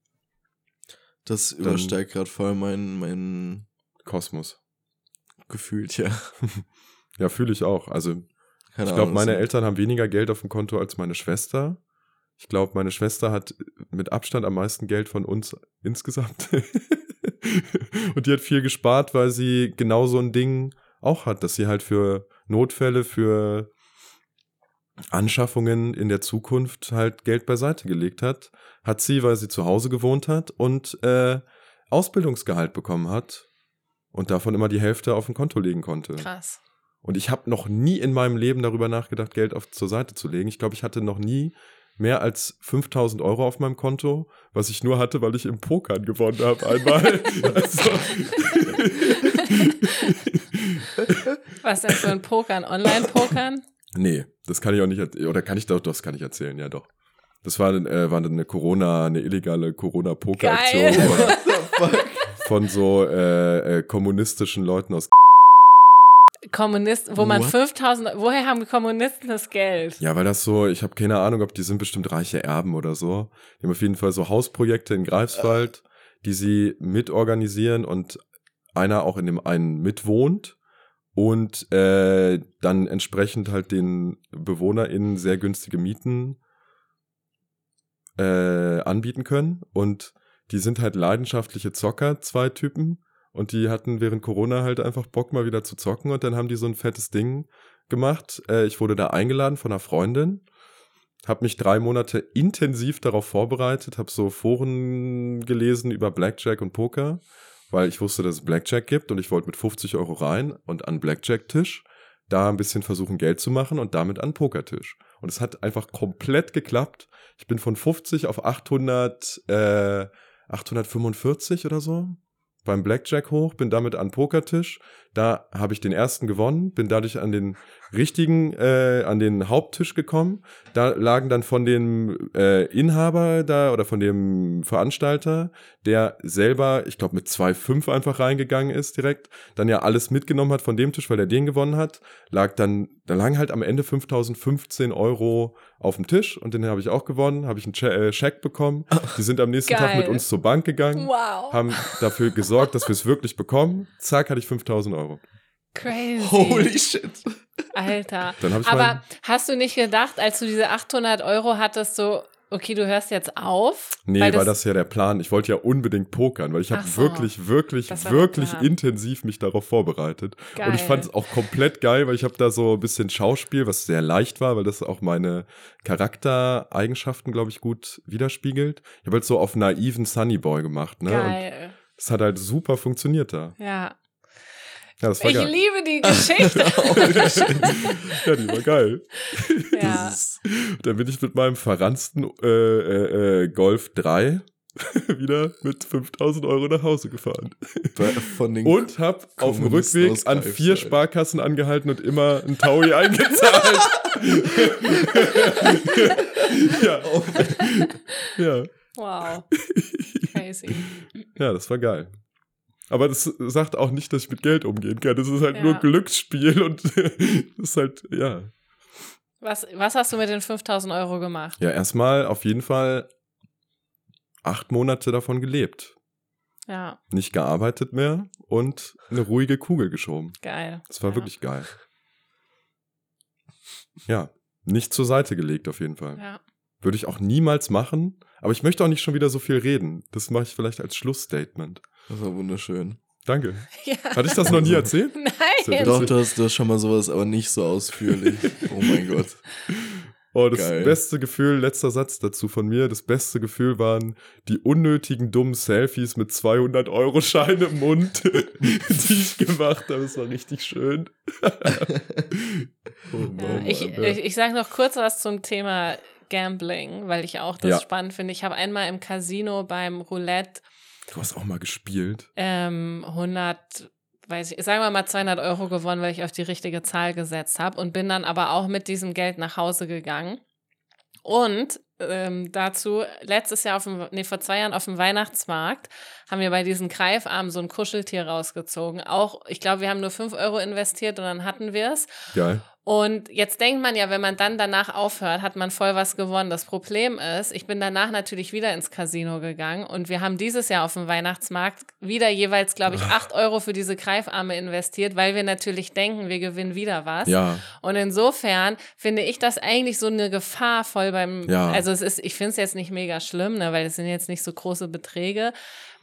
Das übersteigt gerade voll mein Kosmos. Gefühl, ja. Ja, fühle ich auch. Also Keine ich glaube, Ahnung, meine das- Eltern haben weniger Geld auf dem Konto als meine Schwester. Ich glaube, meine Schwester hat mit Abstand am meisten Geld von uns insgesamt. Und die hat viel gespart, weil sie genau so ein Ding auch hat, dass sie halt für Notfälle, für Anschaffungen in der Zukunft halt Geld beiseite gelegt hat. Hat sie, weil sie zu Hause gewohnt hat und Ausbildungsgehalt bekommen hat und davon immer die Hälfte auf ein Konto legen konnte. Krass. Und ich habe noch nie in meinem Leben darüber nachgedacht, Geld zur Seite zu legen. Ich glaube, ich hatte noch nie mehr als 5.000 Euro auf meinem Konto, was ich nur hatte, weil ich im Pokern gewonnen habe einmal. Also, Was denn für ein Pokern? Online-Pokern? nee, das kann ich auch nicht, oder kann ich doch, das kann ich erzählen, ja doch. Das war eine illegale Corona-Poker-Aktion Geil. von so kommunistischen Leuten aus. Kommunisten, wo man What? 5.000, woher haben Kommunisten das Geld? Ja, weil das so, ich habe keine Ahnung, ob die sind bestimmt reiche Erben oder so. Die haben auf jeden Fall so Hausprojekte in Greifswald, die sie mitorganisieren und einer auch in dem einen mitwohnt und dann entsprechend halt den BewohnerInnen sehr günstige Mieten anbieten können. Und die sind halt leidenschaftliche Zocker, 2 Typen. Und die hatten während Corona halt einfach Bock, mal wieder zu zocken. Und dann haben die so ein fettes Ding gemacht. Ich wurde da eingeladen von einer Freundin. Habe mich 3 Monate intensiv darauf vorbereitet. Habe so Foren gelesen über Blackjack und Poker. Weil ich wusste, dass es Blackjack gibt. Und ich wollte mit 50 Euro rein und an Blackjack-Tisch da ein bisschen versuchen, Geld zu machen. Und damit an Pokertisch. Und es hat einfach komplett geklappt. Ich bin von 50 auf 845 oder so beim Blackjack hoch, bin damit an Pokertisch. Da habe ich den ersten gewonnen, bin dadurch an den richtigen, an den Haupttisch gekommen. Da lagen dann von dem Inhaber da oder von dem Veranstalter, der selber, ich glaube mit 2,5 einfach reingegangen ist direkt, dann ja alles mitgenommen hat von dem Tisch, weil er den gewonnen hat, da lagen halt am Ende 5.015 Euro auf dem Tisch und den habe ich auch gewonnen, habe ich einen Scheck bekommen. Die sind am nächsten Tag mit Geil. uns zur Bank gegangen, Wow. haben dafür gesorgt, dass wir es wirklich bekommen. Zack, hatte ich 5.000 Euro. Crazy. Holy shit. Alter. Dann hab ich Aber hast du nicht gedacht, als du diese 800 Euro hattest, so, okay, du hörst jetzt auf? Nee, weil das ja der Plan. Ich wollte ja unbedingt pokern, weil ich habe Ach so. wirklich Das war der Plan. intensiv mich darauf vorbereitet. Geil. Und ich fand es auch komplett geil, weil ich habe da so ein bisschen Schauspiel, was sehr leicht war, weil das auch meine Charaktereigenschaften, glaube ich, gut widerspiegelt. Ich habe halt so auf naiven Sunnyboy gemacht, ne? Und Geil. es hat halt super funktioniert da. Ja. Ja, das war Ich geil. liebe die Geschichte. Ja, die war geil. ja. Dann bin ich mit meinem verransten Golf 3 wieder mit 5.000 Euro nach Hause gefahren. Von den Und habe auf dem Kommunisten Rückweg aus an Greifswald. 4 Sparkassen angehalten und immer ein Taui eingezahlt. Ja. Ja. Wow. Crazy. Ja, das war geil. Aber das sagt auch nicht, dass ich mit Geld umgehen kann. Das ist halt Ja. nur Glücksspiel und das ist halt, ja. Was hast du mit den 5.000 Euro gemacht? Ja, erstmal auf jeden Fall 8 Monate davon gelebt. Ja, Nicht gearbeitet mehr und eine ruhige Kugel geschoben. geil. Das war Ja. wirklich geil. Ja, nicht zur Seite gelegt auf jeden Fall. Ja. Würde ich auch niemals machen, aber ich möchte auch nicht schon wieder so viel reden. Das mache ich vielleicht als Schlussstatement. Das war wunderschön. Danke. Ja. Hatte ich das noch nie erzählt? Nein. Doch, du hast schon mal sowas, aber nicht so ausführlich. Oh mein Gott. Oh, das Geil. beste Gefühl, letzter Satz dazu von mir, das beste Gefühl waren die unnötigen dummen Selfies mit 200-Euro-Scheinen im Mund, die ich gemacht habe. Das war richtig schön. Oh, Mann, Alter. Ich sage noch kurz was zum Thema Gambling, weil ich auch das Ja. spannend finde. Ich habe einmal im Casino beim Roulette Du hast auch mal gespielt. 100, sagen wir mal 200 Euro gewonnen, weil ich auf die richtige Zahl gesetzt habe und bin dann aber auch mit diesem Geld nach Hause gegangen. Und dazu, vor 2 Jahren auf dem Weihnachtsmarkt haben wir bei diesen Greifarmen so ein Kuscheltier rausgezogen. Auch, ich glaube, wir haben nur 5 Euro investiert und dann hatten wir es. Geil. Und jetzt denkt man ja, wenn man dann danach aufhört, hat man voll was gewonnen. Das Problem ist, ich bin danach natürlich wieder ins Casino gegangen und wir haben dieses Jahr auf dem Weihnachtsmarkt wieder jeweils, glaube ich, 8 Euro für diese Greifarme investiert, weil wir natürlich denken, wir gewinnen wieder was. Ja. Und insofern finde ich das eigentlich so eine Gefahr voll Ja. also ich finde es jetzt nicht mega schlimm, ne, weil es sind jetzt nicht so große Beträge.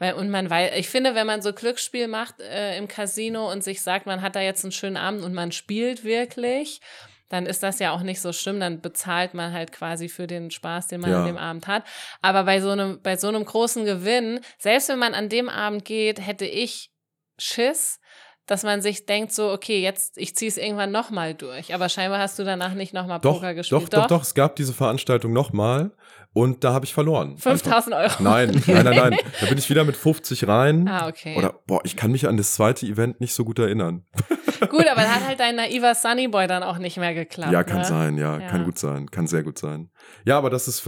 Ich finde, wenn man so Glücksspiel macht im Casino und sich sagt, man hat da jetzt einen schönen Abend und man spielt wirklich, dann ist das ja auch nicht so schlimm, dann bezahlt man halt quasi für den Spaß, den man Ja. an dem Abend hat. Aber bei so einem großen Gewinn, selbst wenn man an dem Abend geht, hätte ich Schiss, dass man sich denkt so, okay, jetzt, ich ziehe es irgendwann nochmal durch. Aber scheinbar hast du danach nicht nochmal Poker gespielt. Doch. Es gab diese Veranstaltung nochmal und da habe ich verloren. 5.000 Euro. Nein. Da bin ich wieder mit 50 rein. Ah, okay. Oder, ich kann mich an das zweite Event nicht so gut erinnern. Gut, aber da hat halt dein naiver Sunnyboy dann auch nicht mehr geklappt. Ja, kann ne? sein, ja, Ja. kann gut sein, kann sehr gut sein. Ja, aber das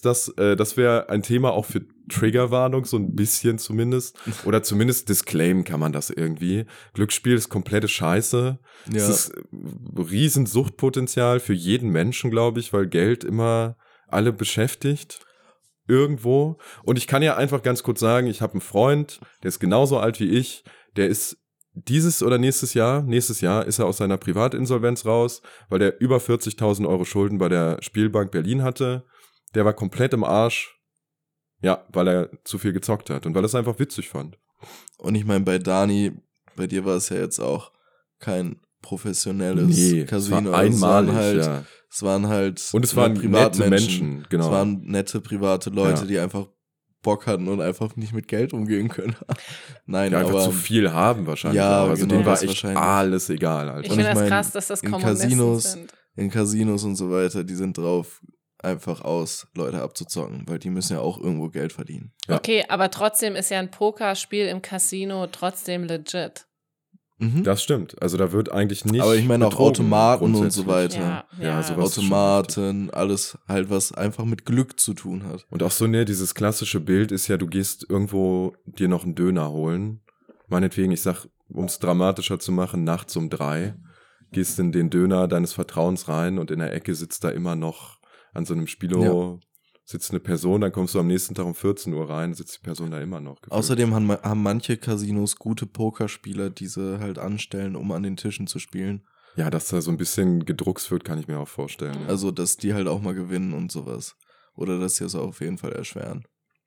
wäre ein Thema auch für Triggerwarnung, so ein bisschen zumindest. Oder zumindest disclaimen kann man das irgendwie. Glücksspiel ist komplette Scheiße. Ja. Es ist riesen Suchtpotenzial für jeden Menschen, glaube ich, weil Geld immer alle beschäftigt. Irgendwo. Und ich kann ja einfach ganz kurz sagen, ich habe einen Freund, der ist genauso alt wie ich, der ist dieses oder nächstes Jahr ist er aus seiner Privatinsolvenz raus, weil der über 40.000 Euro Schulden bei der Spielbank Berlin hatte. Der war komplett im Arsch. Ja, weil er zu viel gezockt hat und weil er es einfach witzig fand. Und ich meine, bei Dani, bei dir war es ja jetzt auch kein professionelles Casino. es war einmalig, Es waren halt Und es waren nette Menschen, genau. Es waren nette private Leute, Ja. die einfach Bock hatten und einfach nicht mit Geld umgehen können. Nein, Die einfach aber zu viel haben wahrscheinlich. Ja, auch. Also genau, denen war das echt wahrscheinlich. alles egal, Alter. Ich Und finde ich das mein, krass, dass das in Kommunisten Casinos- sind. in Casinos und so weiter, die sind drauf einfach aus, Leute abzuzocken, weil die müssen ja auch irgendwo Geld verdienen. Ja. Okay, aber trotzdem ist ja ein Pokerspiel im Casino trotzdem legit. Mhm. Das stimmt. Also da wird eigentlich nicht. Aber ich meine auch betrogen, Automaten und grundsätzlich. so weiter. Ja, sowas. Automaten, alles halt, was einfach mit Glück zu tun hat. Und auch so, dieses klassische Bild ist ja, du gehst irgendwo dir noch einen Döner holen. Meinetwegen, ich sag, um es dramatischer zu machen, nachts um 3. Gehst in den Döner deines Vertrauens rein und in der Ecke sitzt da immer noch an so einem Spilo, sitzt eine Person, dann kommst du am nächsten Tag um 14 Uhr rein, sitzt die Person da immer noch. Gefühlt. Außerdem haben manche Casinos gute Pokerspieler, die sie halt anstellen, um an den Tischen zu spielen. Ja, dass da so ein bisschen gedruckst wird, kann ich mir auch vorstellen. Ja. Also, dass die halt auch mal gewinnen und sowas. Oder dass sie es auf jeden Fall erschweren.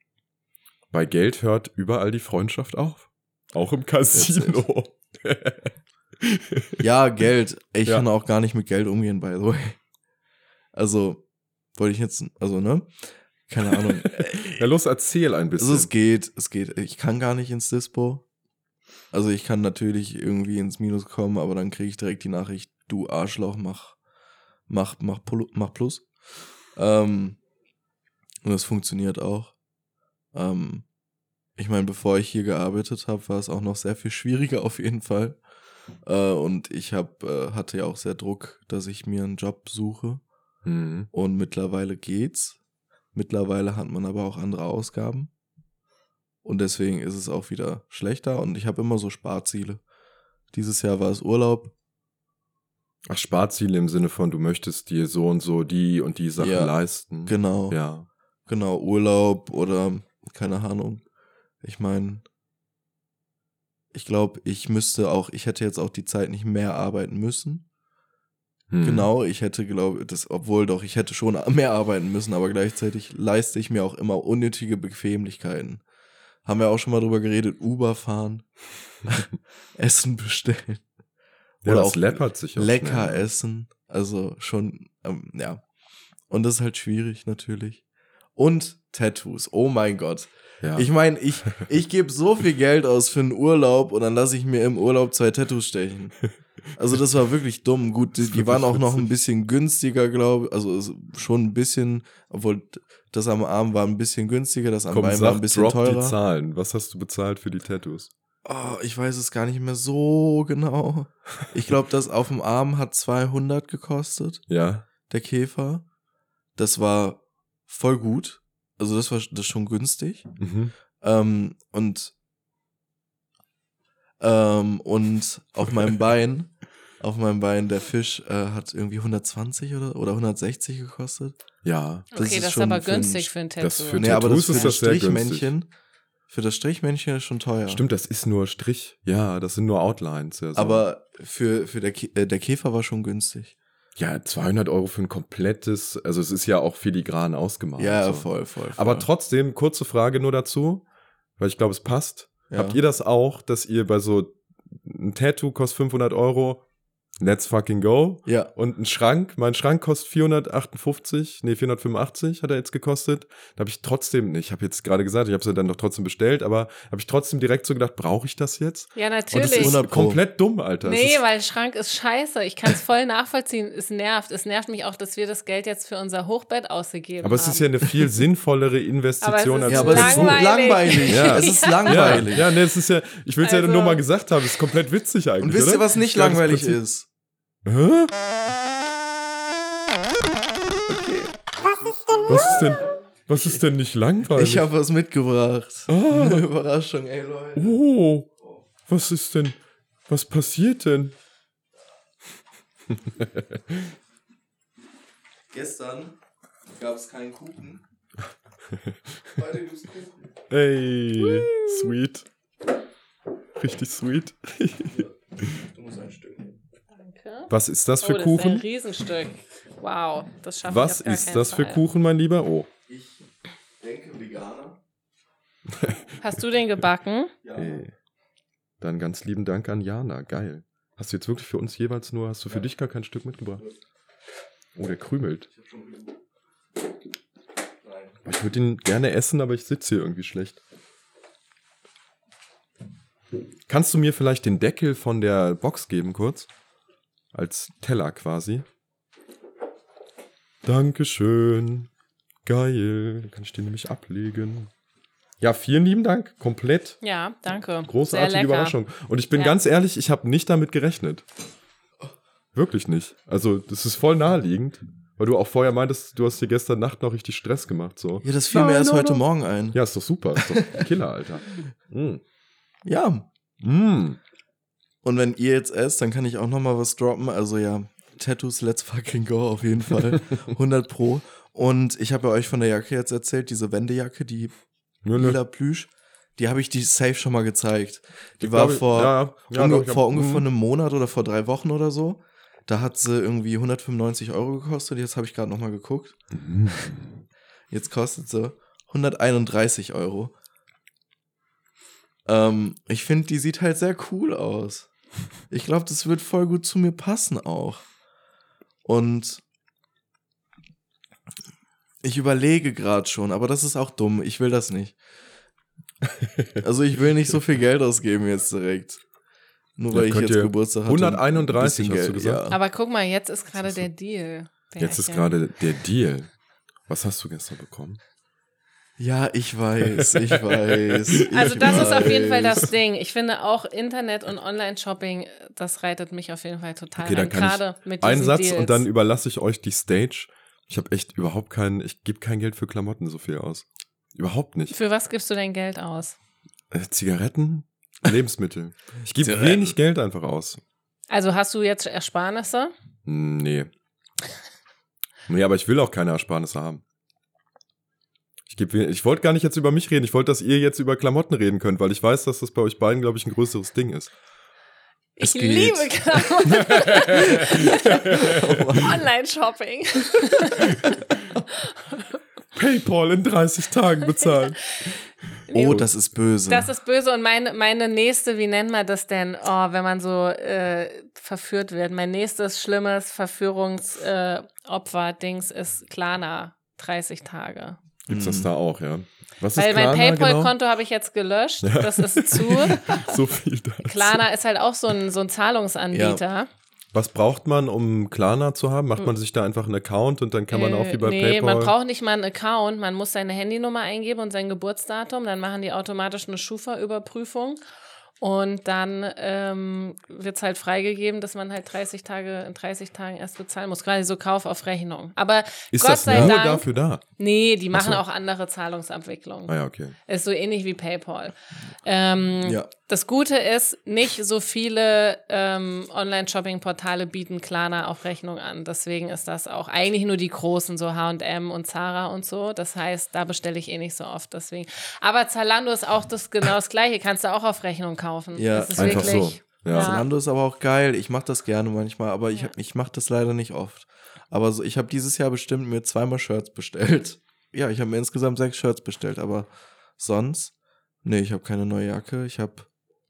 Bei Geld hört überall die Freundschaft auf. Auch im Casino. Ja, Geld. Ich Ja. kann auch gar nicht mit Geld umgehen, by the way. Also, wollte ich jetzt, ne? Keine Ahnung. Ja, los, erzähl ein bisschen. Also es geht. Ich kann gar nicht ins Dispo. Also ich kann natürlich irgendwie ins Minus kommen, aber dann kriege ich direkt die Nachricht, du Arschloch, mach Plus. Und das funktioniert auch. Ich meine, bevor ich hier gearbeitet habe, war es auch noch sehr viel schwieriger auf jeden Fall. Und ich hatte ja auch sehr Druck, dass ich mir einen Job suche. Mhm. Und mittlerweile geht's. Mittlerweile hat man aber auch andere Ausgaben. Und deswegen ist es auch wieder schlechter. Und ich habe immer so Sparziele. Dieses Jahr war es Urlaub. Ach, Sparziele im Sinne von, du möchtest dir so und so die und die Sachen Ja, leisten. Genau. Ja. Genau, Urlaub oder keine Ahnung. Ich meine, ich glaube, ich hätte jetzt auch die Zeit nicht mehr arbeiten müssen. Hm. Genau, ich hätte, ich hätte schon mehr arbeiten müssen, aber gleichzeitig leiste ich mir auch immer unnötige Bequemlichkeiten. Haben wir auch schon mal drüber geredet, Uber fahren, Essen bestellen. Ja, Oder das auch läppert sich auch lecker schnell. essen. Also schon, ja. Und das ist halt schwierig natürlich. Und Tattoos, oh mein Gott. Ja. Ich meine, ich gebe so viel Geld aus für einen Urlaub und dann lasse ich mir im Urlaub 2 Tattoos stechen. Also das war wirklich dumm. Gut, die waren auch noch ein bisschen günstiger, glaube ich. Also schon ein bisschen, obwohl das am Arm war ein bisschen günstiger, das am Komm, Bein war ein sag, bisschen drop teurer. die Zahlen. Was hast du bezahlt für die Tattoos? Oh, ich weiß es gar nicht mehr so genau. Ich glaube, das auf dem Arm hat 200 gekostet, Ja. der Käfer. Das war voll gut. Also das ist schon günstig. Mhm. Und auf meinem Bein, der Fisch hat irgendwie 120 oder 160 gekostet. Ja. Das Okay, ist das ist schon aber für ein- günstig für ein Tattoo. das für Nee, aber das Tattoos für ist das das sehr günstig. Strichmännchen, für das Strichmännchen ist schon teuer. Stimmt, das ist nur Strich. Ja, das sind nur Outlines. Ja, so. Aber für der Käfer war schon günstig. Ja, 200 € für ein komplettes, also es ist ja auch filigran ausgemalt. Ja, so. voll. Aber trotzdem, kurze Frage nur dazu, weil ich glaube, es passt. Ja. Habt ihr das auch, dass ihr bei so ein Tattoo kostet 500 €, let's fucking go. Ja. Und mein Schrank kostet 485 hat er jetzt gekostet. Da habe ich trotzdem, ich habe jetzt gerade gesagt, ich habe es ja dann doch trotzdem bestellt, aber habe ich trotzdem direkt so gedacht, brauche ich das jetzt? Ja, Und das natürlich. ist 100 Pro. komplett dumm, Alter. Es Nee, ist, weil Schrank ist scheiße. Ich kann es voll nachvollziehen. Es nervt. Es nervt mich auch, dass wir das Geld jetzt für unser Hochbett ausgegeben aber haben. es ist ja eine viel sinnvollere Investition Aber es ist Ja, aber es ist so Langweilig. langweilig. Ja. Es ist ja, langweilig. ja, nee, es ist ja, ich will es ja Also- nur mal gesagt haben, es ist komplett witzig eigentlich, Und wisst ihr, oder? was nicht Ja, das langweilig Prinzip- ist? Hä? Was ist denn nicht langweilig? Ich habe was mitgebracht. Ah. Eine Überraschung, ey Leute. Oh, was passiert denn? Gestern gab es keinen Kuchen. Heute gibt's Kuchen. Ey, sweet. Richtig sweet. Du musst ein Stück nehmen. Danke. Was ist das für Das ist ein Kuchen? Riesenstück. Wow, das schaffe Was ich auf gar ist keinen das für Fall. Kuchen, mein Lieber? Oh. Ich denke Veganer. Hast du den gebacken? Ja. Ey. Dann ganz lieben Dank an Jana. Geil. Hast du jetzt wirklich für uns jeweils nur, hast du für dich gar kein Stück mitgebracht? Oh, der krümelt. Ich hab schon genug. Nein. Ich würde ihn gerne essen, aber ich sitze hier irgendwie schlecht. Kannst du mir vielleicht den Deckel von der Box geben, kurz? Als Teller quasi. Dankeschön. Geil. Dann kann ich den nämlich ablegen. Ja, vielen lieben Dank. Komplett Ja, danke. Sehr großartige lecker. Überraschung. Und ich bin Ja. ganz ehrlich, ich habe nicht damit gerechnet. Wirklich nicht. Also, das ist voll naheliegend. Weil du auch vorher meintest, du hast dir gestern Nacht noch richtig Stress gemacht. So. Ja, das fiel mir Nein, erst nein, heute nein. Morgen ein. Ja, ist doch super. Ist doch Killer, Alter. Mm. Ja. Mm. Und wenn ihr jetzt esst, dann kann ich auch noch mal was droppen. Also ja, Tattoos, let's fucking go auf jeden Fall. 100 Pro. Und ich habe ja euch von der Jacke jetzt erzählt, diese Wendejacke, die lila Plüsch. Die habe ich die safe schon mal gezeigt. Die war vor ungefähr einem Monat oder vor 3 Wochen oder so. Da hat sie irgendwie 195 € gekostet. Jetzt habe ich gerade noch mal geguckt. Jetzt kostet sie 131 €. Ich finde, die sieht halt sehr cool aus. Ich glaube, das wird voll gut zu mir passen auch. Und ich überlege gerade schon, aber das ist auch dumm. Ich will das nicht. Also ich will nicht so viel Geld ausgeben jetzt direkt. Nur weil ich könnt jetzt ihr Geburtstag hatte. 131 ein bisschen hast du gesagt? Ja. Aber guck mal, jetzt ist gerade der Deal. Jetzt ist Bärchen. gerade der Deal. Was hast du gestern bekommen? Ja, ich weiß. Also das ist auf jeden Fall das Ding. Ich finde auch Internet- und Online-Shopping, das reitet mich auf jeden Fall total Okay, dann rein. kann Gerade ich mit diesen einen Satz Deals. und dann überlasse ich euch die Stage. Ich habe echt ich gebe kein Geld für Klamotten so viel aus. Überhaupt nicht. Für was gibst du dein Geld aus? Zigaretten, Lebensmittel. Ich gebe Zigaretten. wenig Geld einfach aus. Also hast du jetzt Ersparnisse? Nee. Nee, aber ich will auch keine Ersparnisse haben. Ich wollte gar nicht jetzt über mich reden. Ich wollte, dass ihr jetzt über Klamotten reden könnt, weil ich weiß, dass das bei euch beiden, glaube ich, ein größeres Ding ist. Ich geht. liebe Klamotten. Online-Shopping. PayPal in 30 Tagen bezahlen. Oh, das ist böse. Das ist böse und meine nächste, wie nennt man das denn? Oh, wenn man so verführt wird. Mein nächstes schlimmes Verführungsopfer-Dings ist Klarna. 30 Tage. Gibt's das da auch, ja? Was Weil ist mein Klarna PayPal-Konto habe ich jetzt gelöscht. Das ist zu. genau? So viel dazu. Klarna ist halt auch so ein Zahlungsanbieter. Was braucht man, um Klarna zu haben? Macht man sich da einfach einen Account und dann kann man auch wie bei Nee, PayPal... man braucht nicht mal einen Account. Man muss seine Handynummer eingeben und sein Geburtsdatum. Dann machen die automatisch eine Schufa-Überprüfung. Und dann wird es halt freigegeben, dass man halt in 30 Tagen erst bezahlen muss. Quasi so Kauf auf Rechnung. Aber Ist Gott das sei nur Dank. dafür da? Nee, die machen so. auch andere Zahlungsabwicklungen. Ah ja, okay. Ist so ähnlich wie PayPal. Ja. Das Gute ist, nicht so viele Online-Shopping-Portale bieten Klarna auf Rechnung an. Deswegen ist das auch eigentlich nur die großen, so H&M und Zara und so. Das heißt, da bestelle ich eh nicht so oft. Deswegen. Aber Zalando ist auch genau das Gleiche. Kannst du auch auf Rechnung kaufen. Ja, das ist einfach wirklich, so. Ja. Zalando ist aber auch geil. Ich mache das gerne manchmal, aber ich mache das leider nicht oft. Aber so, ich habe dieses Jahr bestimmt mir 2-mal Shirts bestellt. Ja, ich habe mir insgesamt 6 Shirts bestellt, aber sonst, nee, ich habe keine neue Jacke. Ich habe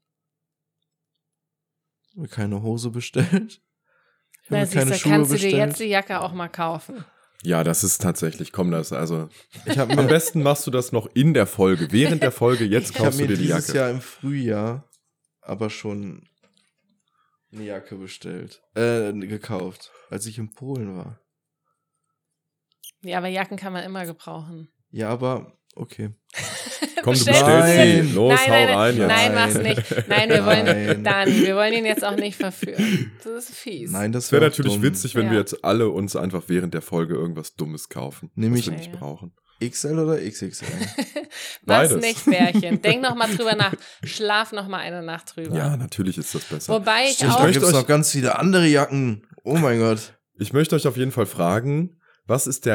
mir keine Hose bestellt. Ich habe mir siehst keine du, Schuhe kannst du bestellt. dir jetzt die Jacke auch mal kaufen. Ja, das ist tatsächlich, also ich habe am mir, besten machst du das noch in der Folge, während der Folge, jetzt ich hab kaufst mir du dir die dieses Jacke. Jahr im Frühjahr aber schon eine Jacke gekauft, als ich in Polen war. Ja, aber Jacken kann man immer gebrauchen. Ja, aber okay. Komm, du Bestellst bestellst Nein. sie. Los, hau rein jetzt. Nein, mach's nicht. Nein, wir wollen Nein. wir wollen ihn jetzt auch nicht verführen. Das ist fies. Nein, das Es wäre wäre natürlich witzig, wenn Ja. wir jetzt alle uns einfach während der Folge irgendwas Dummes kaufen, Nämlich- was wir nicht Ja. brauchen. XL oder XXL? Was Beides. nicht, Bärchen. Denk noch mal drüber nach. Schlaf noch mal eine Nacht drüber. Ja, natürlich ist das besser. Wobei ich Stimmt, auch... da möchte gibt es euch- noch ganz viele andere Jacken. Oh mein Gott. Ich möchte euch auf jeden Fall fragen, was ist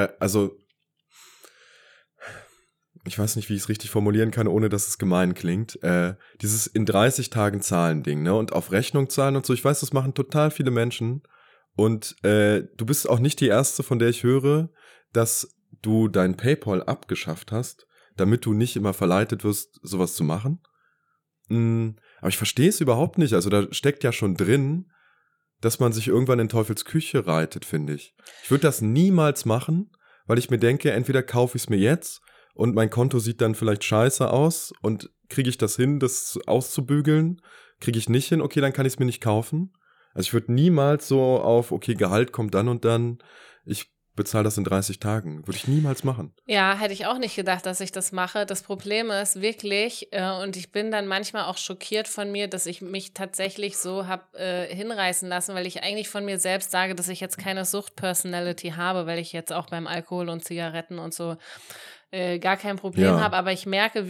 ich weiß nicht, wie ich es richtig formulieren kann, ohne dass es gemein klingt, dieses in 30 Tagen zahlen Ding, ne, und auf Rechnung zahlen und so, ich weiß, das machen total viele Menschen und du bist auch nicht die Erste, von der ich höre, dass du dein PayPal abgeschafft hast, damit du nicht immer verleitet wirst, sowas zu machen. Aber ich verstehe es überhaupt nicht, also da steckt ja schon drin, dass man sich irgendwann in Teufels Küche reitet, finde ich. Ich würde das niemals machen, weil ich mir denke, entweder kaufe ich es mir jetzt und mein Konto sieht dann vielleicht scheiße aus und kriege ich das hin, das auszubügeln? Kriege ich nicht hin? Okay, dann kann ich es mir nicht kaufen. Also ich würde niemals so auf, okay, Gehalt kommt dann und dann, ich bezahle das in 30 Tagen. Würde ich niemals machen. Ja, hätte ich auch nicht gedacht, dass ich das mache. Das Problem ist wirklich, und ich bin dann manchmal auch schockiert von mir, dass ich mich tatsächlich so habe hinreißen lassen, weil ich eigentlich von mir selbst sage, dass ich jetzt keine Sucht-Personality habe, weil ich jetzt auch beim Alkohol und Zigaretten und so gar kein Problem Ja. habe. Aber ich merke,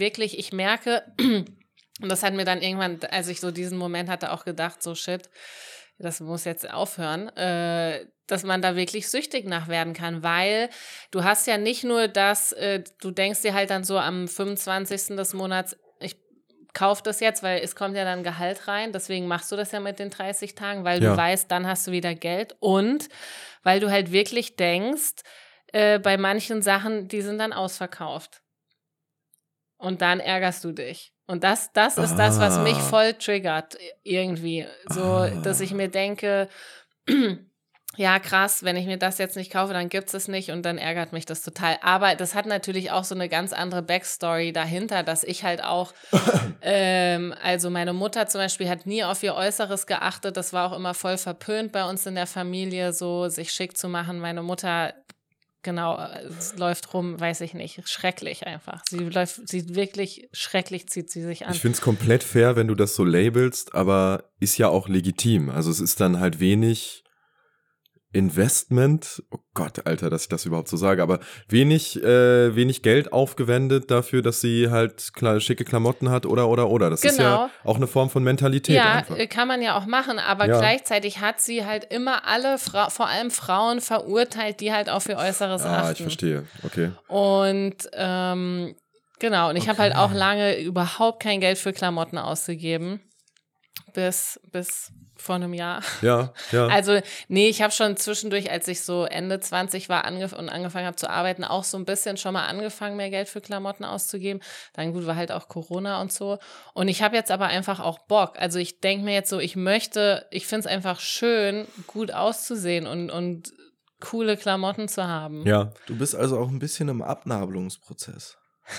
und das hat mir dann irgendwann, als ich so diesen Moment hatte, auch gedacht, so shit, das muss jetzt aufhören, dass man da wirklich süchtig nach werden kann, weil du hast ja nicht nur das, du denkst dir halt dann so am 25. des Monats, ich kaufe das jetzt, weil es kommt ja dann Gehalt rein, deswegen machst du das ja mit den 30 Tagen, weil Ja. du weißt, dann hast du wieder Geld und weil du halt wirklich denkst, bei manchen Sachen, die sind dann ausverkauft. Und dann ärgerst du dich. Und das ist das, was mich voll triggert irgendwie. So, dass ich mir denke, ja krass, wenn ich mir das jetzt nicht kaufe, dann gibt es nicht und dann ärgert mich das total. Aber das hat natürlich auch so eine ganz andere Backstory dahinter, dass ich halt auch, also meine Mutter zum Beispiel hat nie auf ihr Äußeres geachtet. Das war auch immer voll verpönt bei uns in der Familie, so sich schick zu machen. Meine Mutter genau, es läuft rum, weiß ich nicht, schrecklich einfach. Sieht wirklich schrecklich, zieht sie sich an. Ich finde es komplett fair, wenn du das so labelst, aber ist ja auch legitim. Also es ist dann halt wenig Investment, oh Gott, Alter, dass ich das überhaupt so sage, aber wenig Geld aufgewendet dafür, dass sie halt schicke Klamotten hat oder. Das ist ja auch eine Form von Mentalität. Ja, einfach. kann man ja auch machen, aber gleichzeitig hat sie halt immer alle, vor allem Frauen, verurteilt, die halt auch für Äußeres achten. Ich verstehe, okay. Und genau, und ich habe halt auch lange überhaupt kein Geld für Klamotten ausgegeben, bis vor einem Jahr. Ja. Also, nee, ich habe schon zwischendurch, als ich so Ende 20 war und angefangen habe zu arbeiten, auch so ein bisschen schon mal angefangen, mehr Geld für Klamotten auszugeben. Dann gut, war halt auch Corona und so. Und ich habe jetzt aber einfach auch Bock. Also ich denke mir jetzt so, ich finde es einfach schön, gut auszusehen und coole Klamotten zu haben. Ja. Du bist also auch ein bisschen im Abnabelungsprozess.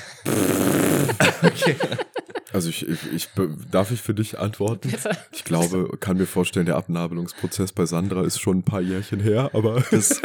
Okay. Also darf ich für dich antworten? Bitte. Ich glaube, kann mir vorstellen, der Abnabelungsprozess bei Sandra ist schon ein paar Jährchen her, aber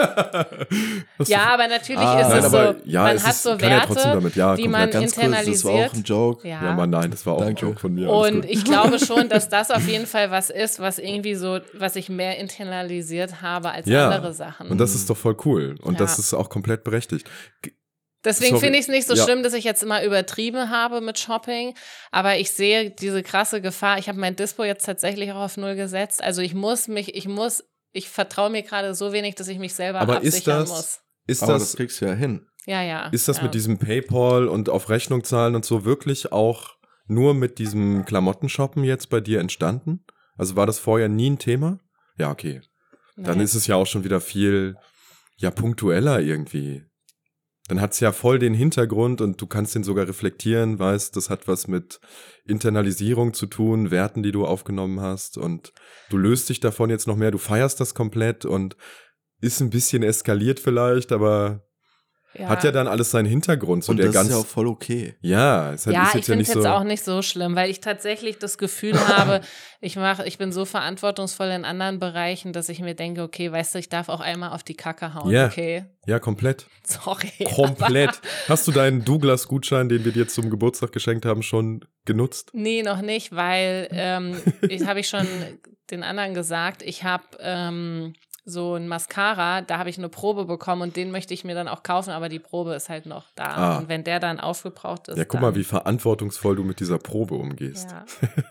ja, aber natürlich ist es so, man hat so Werte, die man internalisiert. Das war auch ein Joke. Ja, Mann, nein, das war auch ein Joke von mir. Und ich glaube schon, dass das auf jeden Fall was ist, was irgendwie so, was ich mehr internalisiert habe als andere Sachen. Und das ist doch voll cool. Und das ist auch komplett berechtigt. Deswegen finde ich es nicht so schlimm, dass ich jetzt immer übertrieben habe mit Shopping, aber ich sehe diese krasse Gefahr. Ich habe mein Dispo jetzt tatsächlich auch auf 0 gesetzt. Also ich vertraue mir gerade so wenig, dass ich mich selber absichern muss. Aber das kriegst du ja hin. Ja. Ist das mit diesem PayPal und auf Rechnung zahlen und so wirklich auch nur mit diesem Klamottenshoppen jetzt bei dir entstanden? Also war das vorher nie ein Thema? Ja, okay. Dann ist es ja auch schon wieder viel, punktueller irgendwie. Dann hat's ja voll den Hintergrund und du kannst den sogar reflektieren, weißt, das hat was mit Internalisierung zu tun, Werten, die du aufgenommen hast und du löst dich davon jetzt noch mehr, du feierst das komplett und ist ein bisschen eskaliert vielleicht, aber hat ja dann alles seinen Hintergrund. So und das ist ja auch voll okay. Ja, ich finde es jetzt auch nicht so schlimm, weil ich tatsächlich das Gefühl habe, ich bin so verantwortungsvoll in anderen Bereichen, dass ich mir denke, okay, weißt du, ich darf auch einmal auf die Kacke hauen, okay? Ja, komplett. Sorry. Komplett. Hast du deinen Douglas-Gutschein, den wir dir zum Geburtstag geschenkt haben, schon genutzt? Nee, noch nicht, weil habe ich schon den anderen gesagt, ich habe so ein Mascara, da habe ich eine Probe bekommen und den möchte ich mir dann auch kaufen, aber die Probe ist halt noch da. Und wenn der dann aufgebraucht ist, ja, guck mal, wie verantwortungsvoll du mit dieser Probe umgehst. Ja.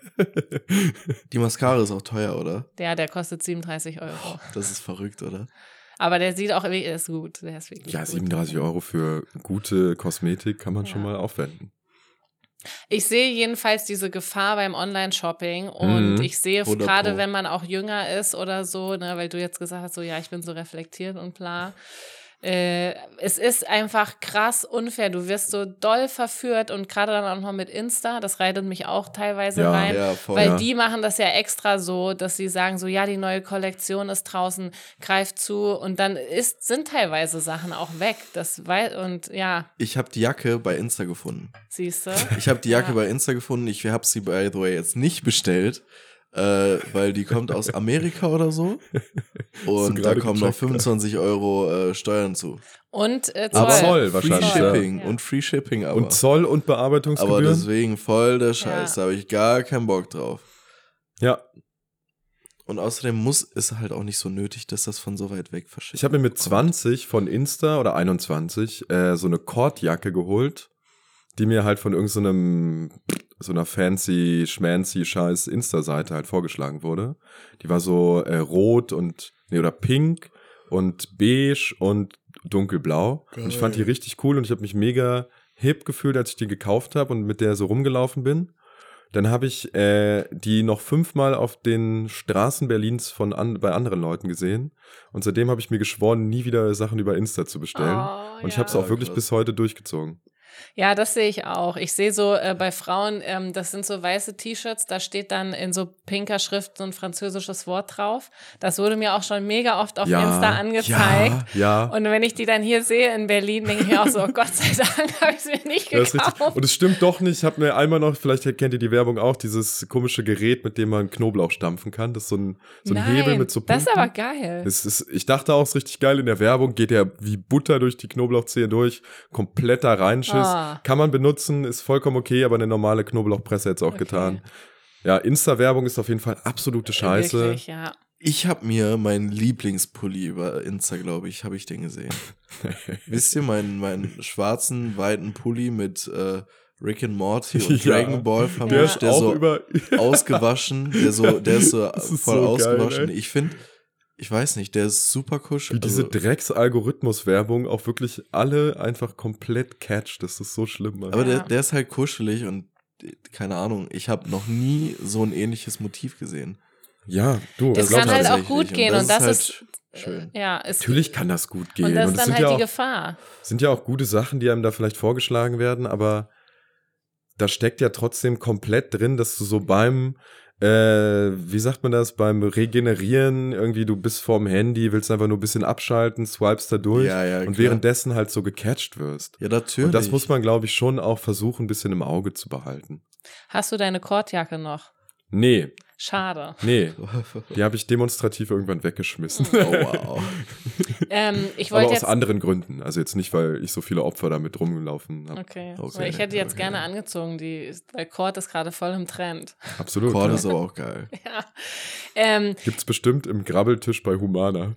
Die Mascara ist auch teuer, oder? Ja, der kostet 37 €. Das ist verrückt, oder? Aber der sieht auch, ist gut. Der ist wirklich gut. 37 € für gute Kosmetik kann man schon mal aufwenden. Ich sehe jedenfalls diese Gefahr beim Online-Shopping und ich sehe gerade, wenn man auch jünger ist oder so, ne, weil du jetzt gesagt hast, so ja, ich bin so reflektiert und bla. Es ist einfach krass unfair. Du wirst so doll verführt und gerade dann auch noch mit Insta, das reitet mich auch teilweise rein, weil die machen das ja extra so, dass sie sagen so, ja, die neue Kollektion ist draußen, greift zu und dann sind teilweise Sachen auch weg. Ich habe die Jacke bei Insta gefunden. Siehst du? Ich habe die Jacke bei Insta gefunden. Ich habe sie, by the way, jetzt nicht bestellt, weil die kommt aus Amerika oder so. Und da kommen noch 25 € Steuern zu. Und Zoll wahrscheinlich. Free Shipping und Free Shipping aber. Und Zoll und Bearbeitungsgebühren. Aber deswegen voll der Scheiß, da habe ich gar keinen Bock drauf. Ja. Und außerdem ist halt auch nicht so nötig, dass das von so weit weg verschickt. Ich habe mir mit 20 von Insta oder 21 so eine Kordjacke geholt, die mir halt von so einer fancy, schmancy scheiß Insta-Seite halt vorgeschlagen wurde. Die war so rot oder pink und beige und dunkelblau. Geil. Und ich fand die richtig cool und ich habe mich mega hip gefühlt, als ich die gekauft habe und mit der so rumgelaufen bin. Dann habe ich die noch 5-mal auf den Straßen Berlins bei anderen Leuten gesehen. Und seitdem habe ich mir geschworen, nie wieder Sachen über Insta zu bestellen. Und ich habe es auch wirklich bis heute durchgezogen. Ja, das sehe ich auch. Ich sehe so bei Frauen, das sind so weiße T-Shirts, da steht dann in so pinker Schrift so ein französisches Wort drauf. Das wurde mir auch schon mega oft auf Insta angezeigt. Ja. Und wenn ich die dann hier sehe in Berlin, denke ich mir auch so, oh Gott sei Dank habe ich es mir nicht gekauft. Und es stimmt doch nicht. Ich habe mir einmal noch, vielleicht kennt ihr die Werbung auch, dieses komische Gerät, mit dem man Knoblauch stampfen kann. Das ist so ein Hebel mit so Punkten. Das ist aber geil. Ich dachte auch, es ist richtig geil in der Werbung. Geht ja wie Butter durch die Knoblauchzehe durch. Kompletter Reinschiss. Kann man benutzen, ist vollkommen okay, aber eine normale Knoblauchpresse hätte es auch getan. Ja, Insta-Werbung ist auf jeden Fall absolute Scheiße. Wirklich, ja. Ich habe mir meinen Lieblingspulli über Insta, glaube ich, habe ich den gesehen. Wisst ihr, meinen schwarzen, weiten Pulli mit Rick and Morty und Dragon Ball vermischt, der so ausgewaschen, der ist so voll so ausgewaschen. Geil, ich weiß nicht, der ist super kuschelig. Wie diese Drecks-Algorithmus-Werbung auch wirklich alle einfach komplett catcht. Das ist so schlimm, Mann. Aber der ist halt kuschelig und keine Ahnung, ich habe noch nie so ein ähnliches Motiv gesehen. Ja, du. Das kann halt auch gut gehen und das ist schön. Ja, natürlich kann das gut gehen. Und das ist dann halt ja die auch, Gefahr. Sind ja auch gute Sachen, die einem da vielleicht vorgeschlagen werden, aber da steckt ja trotzdem komplett drin, dass du so beim wie sagt man das, beim Regenerieren irgendwie, du bist vorm Handy, willst einfach nur ein bisschen abschalten, swipest da durch und währenddessen halt so gecatcht wirst. Ja, natürlich. Und das muss man, glaube ich, schon auch versuchen, ein bisschen im Auge zu behalten. Hast du deine Kordjacke noch? Nee. Schade. Nee, die habe ich demonstrativ irgendwann weggeschmissen. Oh, wow. Aber aus anderen Gründen. Also jetzt nicht, weil ich so viele Opfer damit rumgelaufen habe. Okay. Weil ich hätte jetzt gerne angezogen, weil Kord ist gerade voll im Trend. Absolut. Kord ist aber auch geil. Ja. Gibt's bestimmt im Grabbeltisch bei Humana.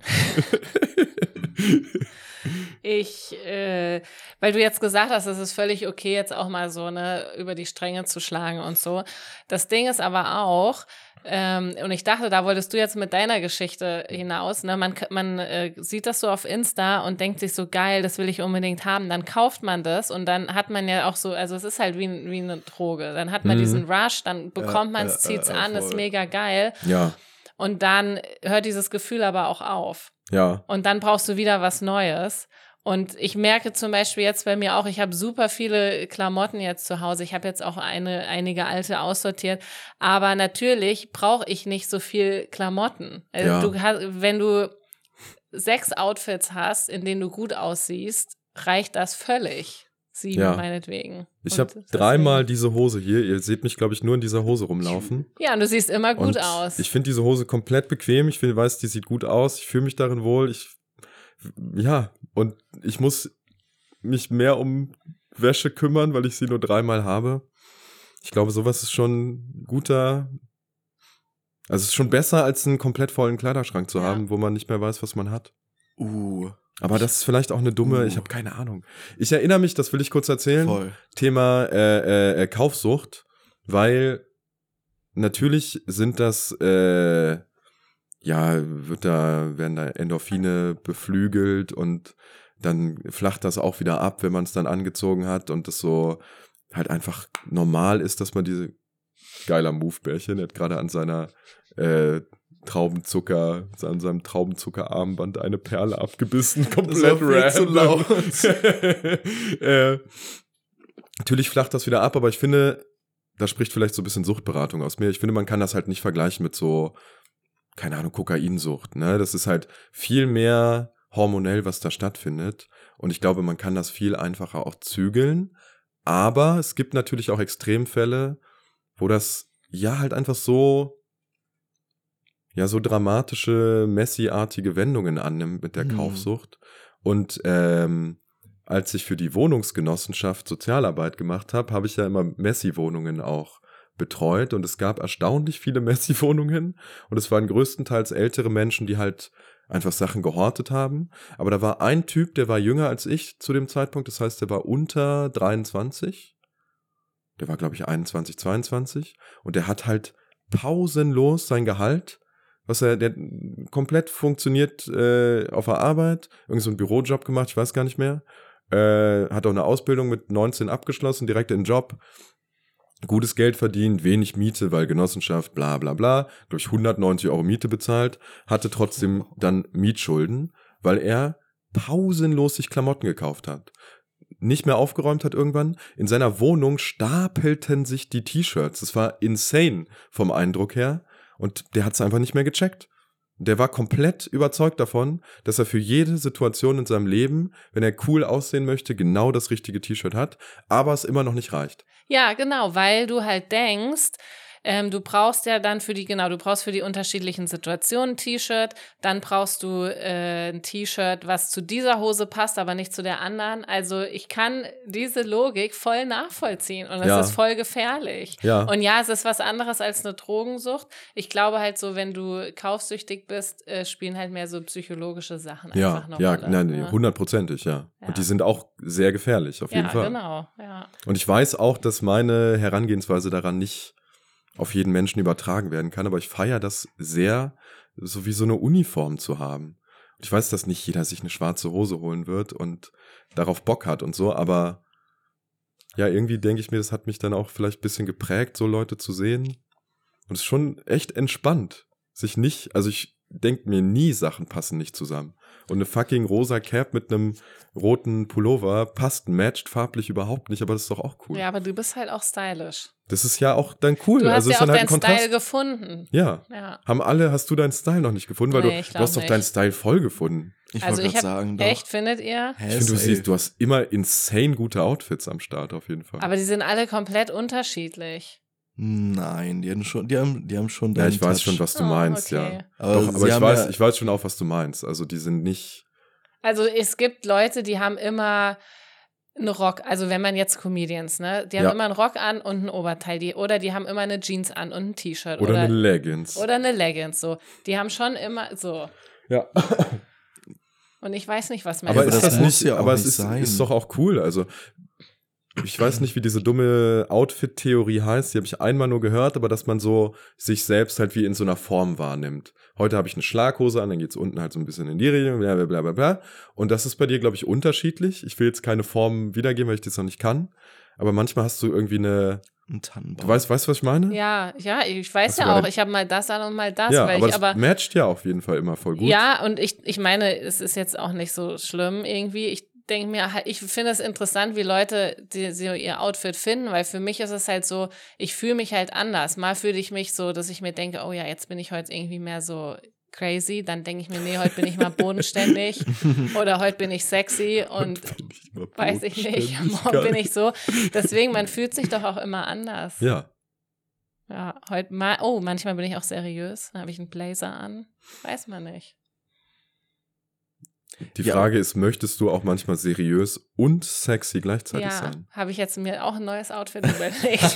Weil du jetzt gesagt hast, es ist völlig okay, jetzt auch mal so über die Stränge zu schlagen und so. Das Ding ist aber auch, und ich dachte, da wolltest du jetzt mit deiner Geschichte hinaus, ne? Man sieht das so auf Insta und denkt sich so, geil, das will ich unbedingt haben. Dann kauft man das und dann hat man ja auch so, also es ist halt wie eine Droge. Dann hat man diesen Rush, dann bekommt man es, zieht es an, ist mega geil. Ja. Und dann hört dieses Gefühl aber auch auf. Ja. Und dann brauchst du wieder was Neues. Und ich merke zum Beispiel jetzt bei mir auch, ich habe super viele Klamotten jetzt zu Hause. Ich habe jetzt auch einige alte aussortiert. Aber natürlich brauche ich nicht so viel Klamotten. Also wenn du 6 Outfits hast, in denen du gut aussiehst, reicht das völlig. 7 meinetwegen. Ich habe 3-mal diese Hose hier. Ihr seht mich, glaube ich, nur in dieser Hose rumlaufen. Ja, und du siehst immer gut aus. Ich finde diese Hose komplett bequem. Ich weiß, die sieht gut aus. Ich fühle mich darin wohl. Und ich muss mich mehr um Wäsche kümmern, weil ich sie nur 3-mal habe. Ich glaube, sowas ist schon guter. Also es ist schon besser, als einen komplett vollen Kleiderschrank zu haben, wo man nicht mehr weiß, was man hat. Aber das ist vielleicht auch eine dumme, ich habe keine Ahnung. Ich erinnere mich, das will ich kurz erzählen, Thema Kaufsucht, weil natürlich sind das, werden da Endorphine beflügelt und dann flacht das auch wieder ab, wenn man es dann angezogen hat und das so halt einfach normal ist, dass man diese geiler Move-Bärchen hat gerade an seiner an seinem Traubenzuckerarmband eine Perle abgebissen, komplett random. Natürlich flacht das wieder ab, aber ich finde, da spricht vielleicht so ein bisschen Suchtberatung aus mir. Ich finde, man kann das halt nicht vergleichen mit so, keine Ahnung, Kokainsucht, ne? Das ist halt viel mehr hormonell, was da stattfindet. Und ich glaube, man kann das viel einfacher auch zügeln. Aber es gibt natürlich auch Extremfälle, wo das halt einfach so dramatische, Messi-artige Wendungen annimmt mit der Kaufsucht. Und als ich für die Wohnungsgenossenschaft Sozialarbeit gemacht habe, habe ich ja immer Messi-Wohnungen auch betreut. Und es gab erstaunlich viele Messi-Wohnungen. Und es waren größtenteils ältere Menschen, die halt einfach Sachen gehortet haben. Aber da war ein Typ, der war jünger als ich zu dem Zeitpunkt. Das heißt, der war unter 23. Der war, glaube ich, 21, 22. Und der hat halt pausenlos sein Gehalt, der komplett funktioniert auf der Arbeit, irgend so einen Bürojob gemacht, ich weiß gar nicht mehr, hat auch eine Ausbildung mit 19 abgeschlossen, direkt in den Job, gutes Geld verdient, wenig Miete, weil Genossenschaft, bla bla bla, durch 190 € Miete bezahlt, hatte trotzdem dann Mietschulden, weil er pausenlos sich Klamotten gekauft hat. nicht mehr aufgeräumt hat irgendwann. In seiner Wohnung stapelten sich die T-Shirts. Das war insane vom Eindruck her. Und der hat es einfach nicht mehr gecheckt. Der war komplett überzeugt davon, dass er für jede Situation in seinem Leben, wenn er cool aussehen möchte, genau das richtige T-Shirt hat, aber es immer noch nicht reicht. Ja, genau, weil du halt denkst, du brauchst ja dann für die unterschiedlichen Situationen ein T-Shirt, dann brauchst du ein T-Shirt, was zu dieser Hose passt, aber nicht zu der anderen. Also ich kann diese Logik voll nachvollziehen und das ist voll gefährlich. Ja. Und ja, es ist was anderes als eine Drogensucht. Ich glaube halt so, wenn du kaufsüchtig bist, spielen halt mehr so psychologische Sachen einfach eine Rolle. Nein, 100%, ja. Und die sind auch sehr gefährlich, auf jeden Fall. Ja, genau, ja. Und ich weiß auch, dass meine Herangehensweise daran nicht auf jeden Menschen übertragen werden kann, aber ich feiere das sehr, so wie so eine Uniform zu haben. Und ich weiß, dass nicht jeder sich eine schwarze Hose holen wird und darauf Bock hat und so, aber ja, irgendwie denke ich mir, das hat mich dann auch vielleicht ein bisschen geprägt, so Leute zu sehen. Und es ist schon echt entspannt, ich denke mir nie, Sachen passen nicht zusammen. Und eine fucking rosa Cap mit einem roten Pullover matcht farblich überhaupt nicht, aber das ist doch auch cool. Ja, aber du bist halt auch stylisch. Das ist ja auch dann cool. Du hast also ja ist auch dann halt deinen ein Kontrast. Style gefunden. Ja. Hast du deinen Style noch nicht gefunden? Weil Nee, du hast doch deinen Style voll gefunden. Ich Also wollte ich gerade habe sagen, doch. echt, findet ihr? Ich finde, du hast immer insane gute Outfits am Start auf jeden Fall. Aber die sind alle komplett unterschiedlich. Nein, die haben schon ja, deinen ich weiß Touch. schon, was du Oh, meinst, okay. ja. Aber Doch, aber sie haben ich weiß schon auch, was du meinst. Also die sind nicht. Also es gibt Leute, die haben immer einen Rock, also wenn man jetzt Comedians, ne, die haben immer einen Rock an und ein Oberteil, die haben immer eine Jeans an und ein T-Shirt. Oder eine Leggings. Oder eine Leggings, so. Die haben schon immer so. Ja. Und ich weiß nicht, was man Aber aber ist das das muss nicht, ja auch aber nicht es sein. ist doch auch cool. Also ich weiß nicht, wie diese dumme Outfit-Theorie heißt. Die habe ich einmal nur gehört, aber dass man so sich selbst halt wie in so einer Form wahrnimmt. Heute habe ich eine Schlaghose an, dann geht's unten halt so ein bisschen in die Richtung, bla bla bla bla bla. Und das ist bei dir, glaube ich, unterschiedlich. Ich will jetzt keine Form wiedergeben, weil ich das noch nicht kann. Aber manchmal hast du irgendwie ein Tannenbaum. Du weißt, was ich meine? Ja, ich weiß Was ja war auch, denn? ich habe mal das an und mal das, Ja, weil aber das matcht ja auf jeden Fall immer voll gut. Ja, und ich meine, es ist jetzt auch nicht so schlimm irgendwie. Ich denke mir, ich finde es interessant, wie Leute ihr Outfit finden, weil für mich ist es halt so, ich fühle mich halt anders. Mal fühle ich mich so, dass ich mir denke, oh ja, jetzt bin ich heute irgendwie mehr so crazy. Dann denke ich mir, nee, heute bin ich mal bodenständig oder heute bin ich sexy und weiß ich nicht, morgen bin ich so. Deswegen, man fühlt sich doch auch immer anders. Ja. Ja, manchmal bin ich auch seriös. Dann habe ich einen Blazer an. Weiß man nicht. Die Frage ist, möchtest du auch manchmal seriös und sexy gleichzeitig Ja, sein? habe ich jetzt mir auch ein neues Outfit überlegt.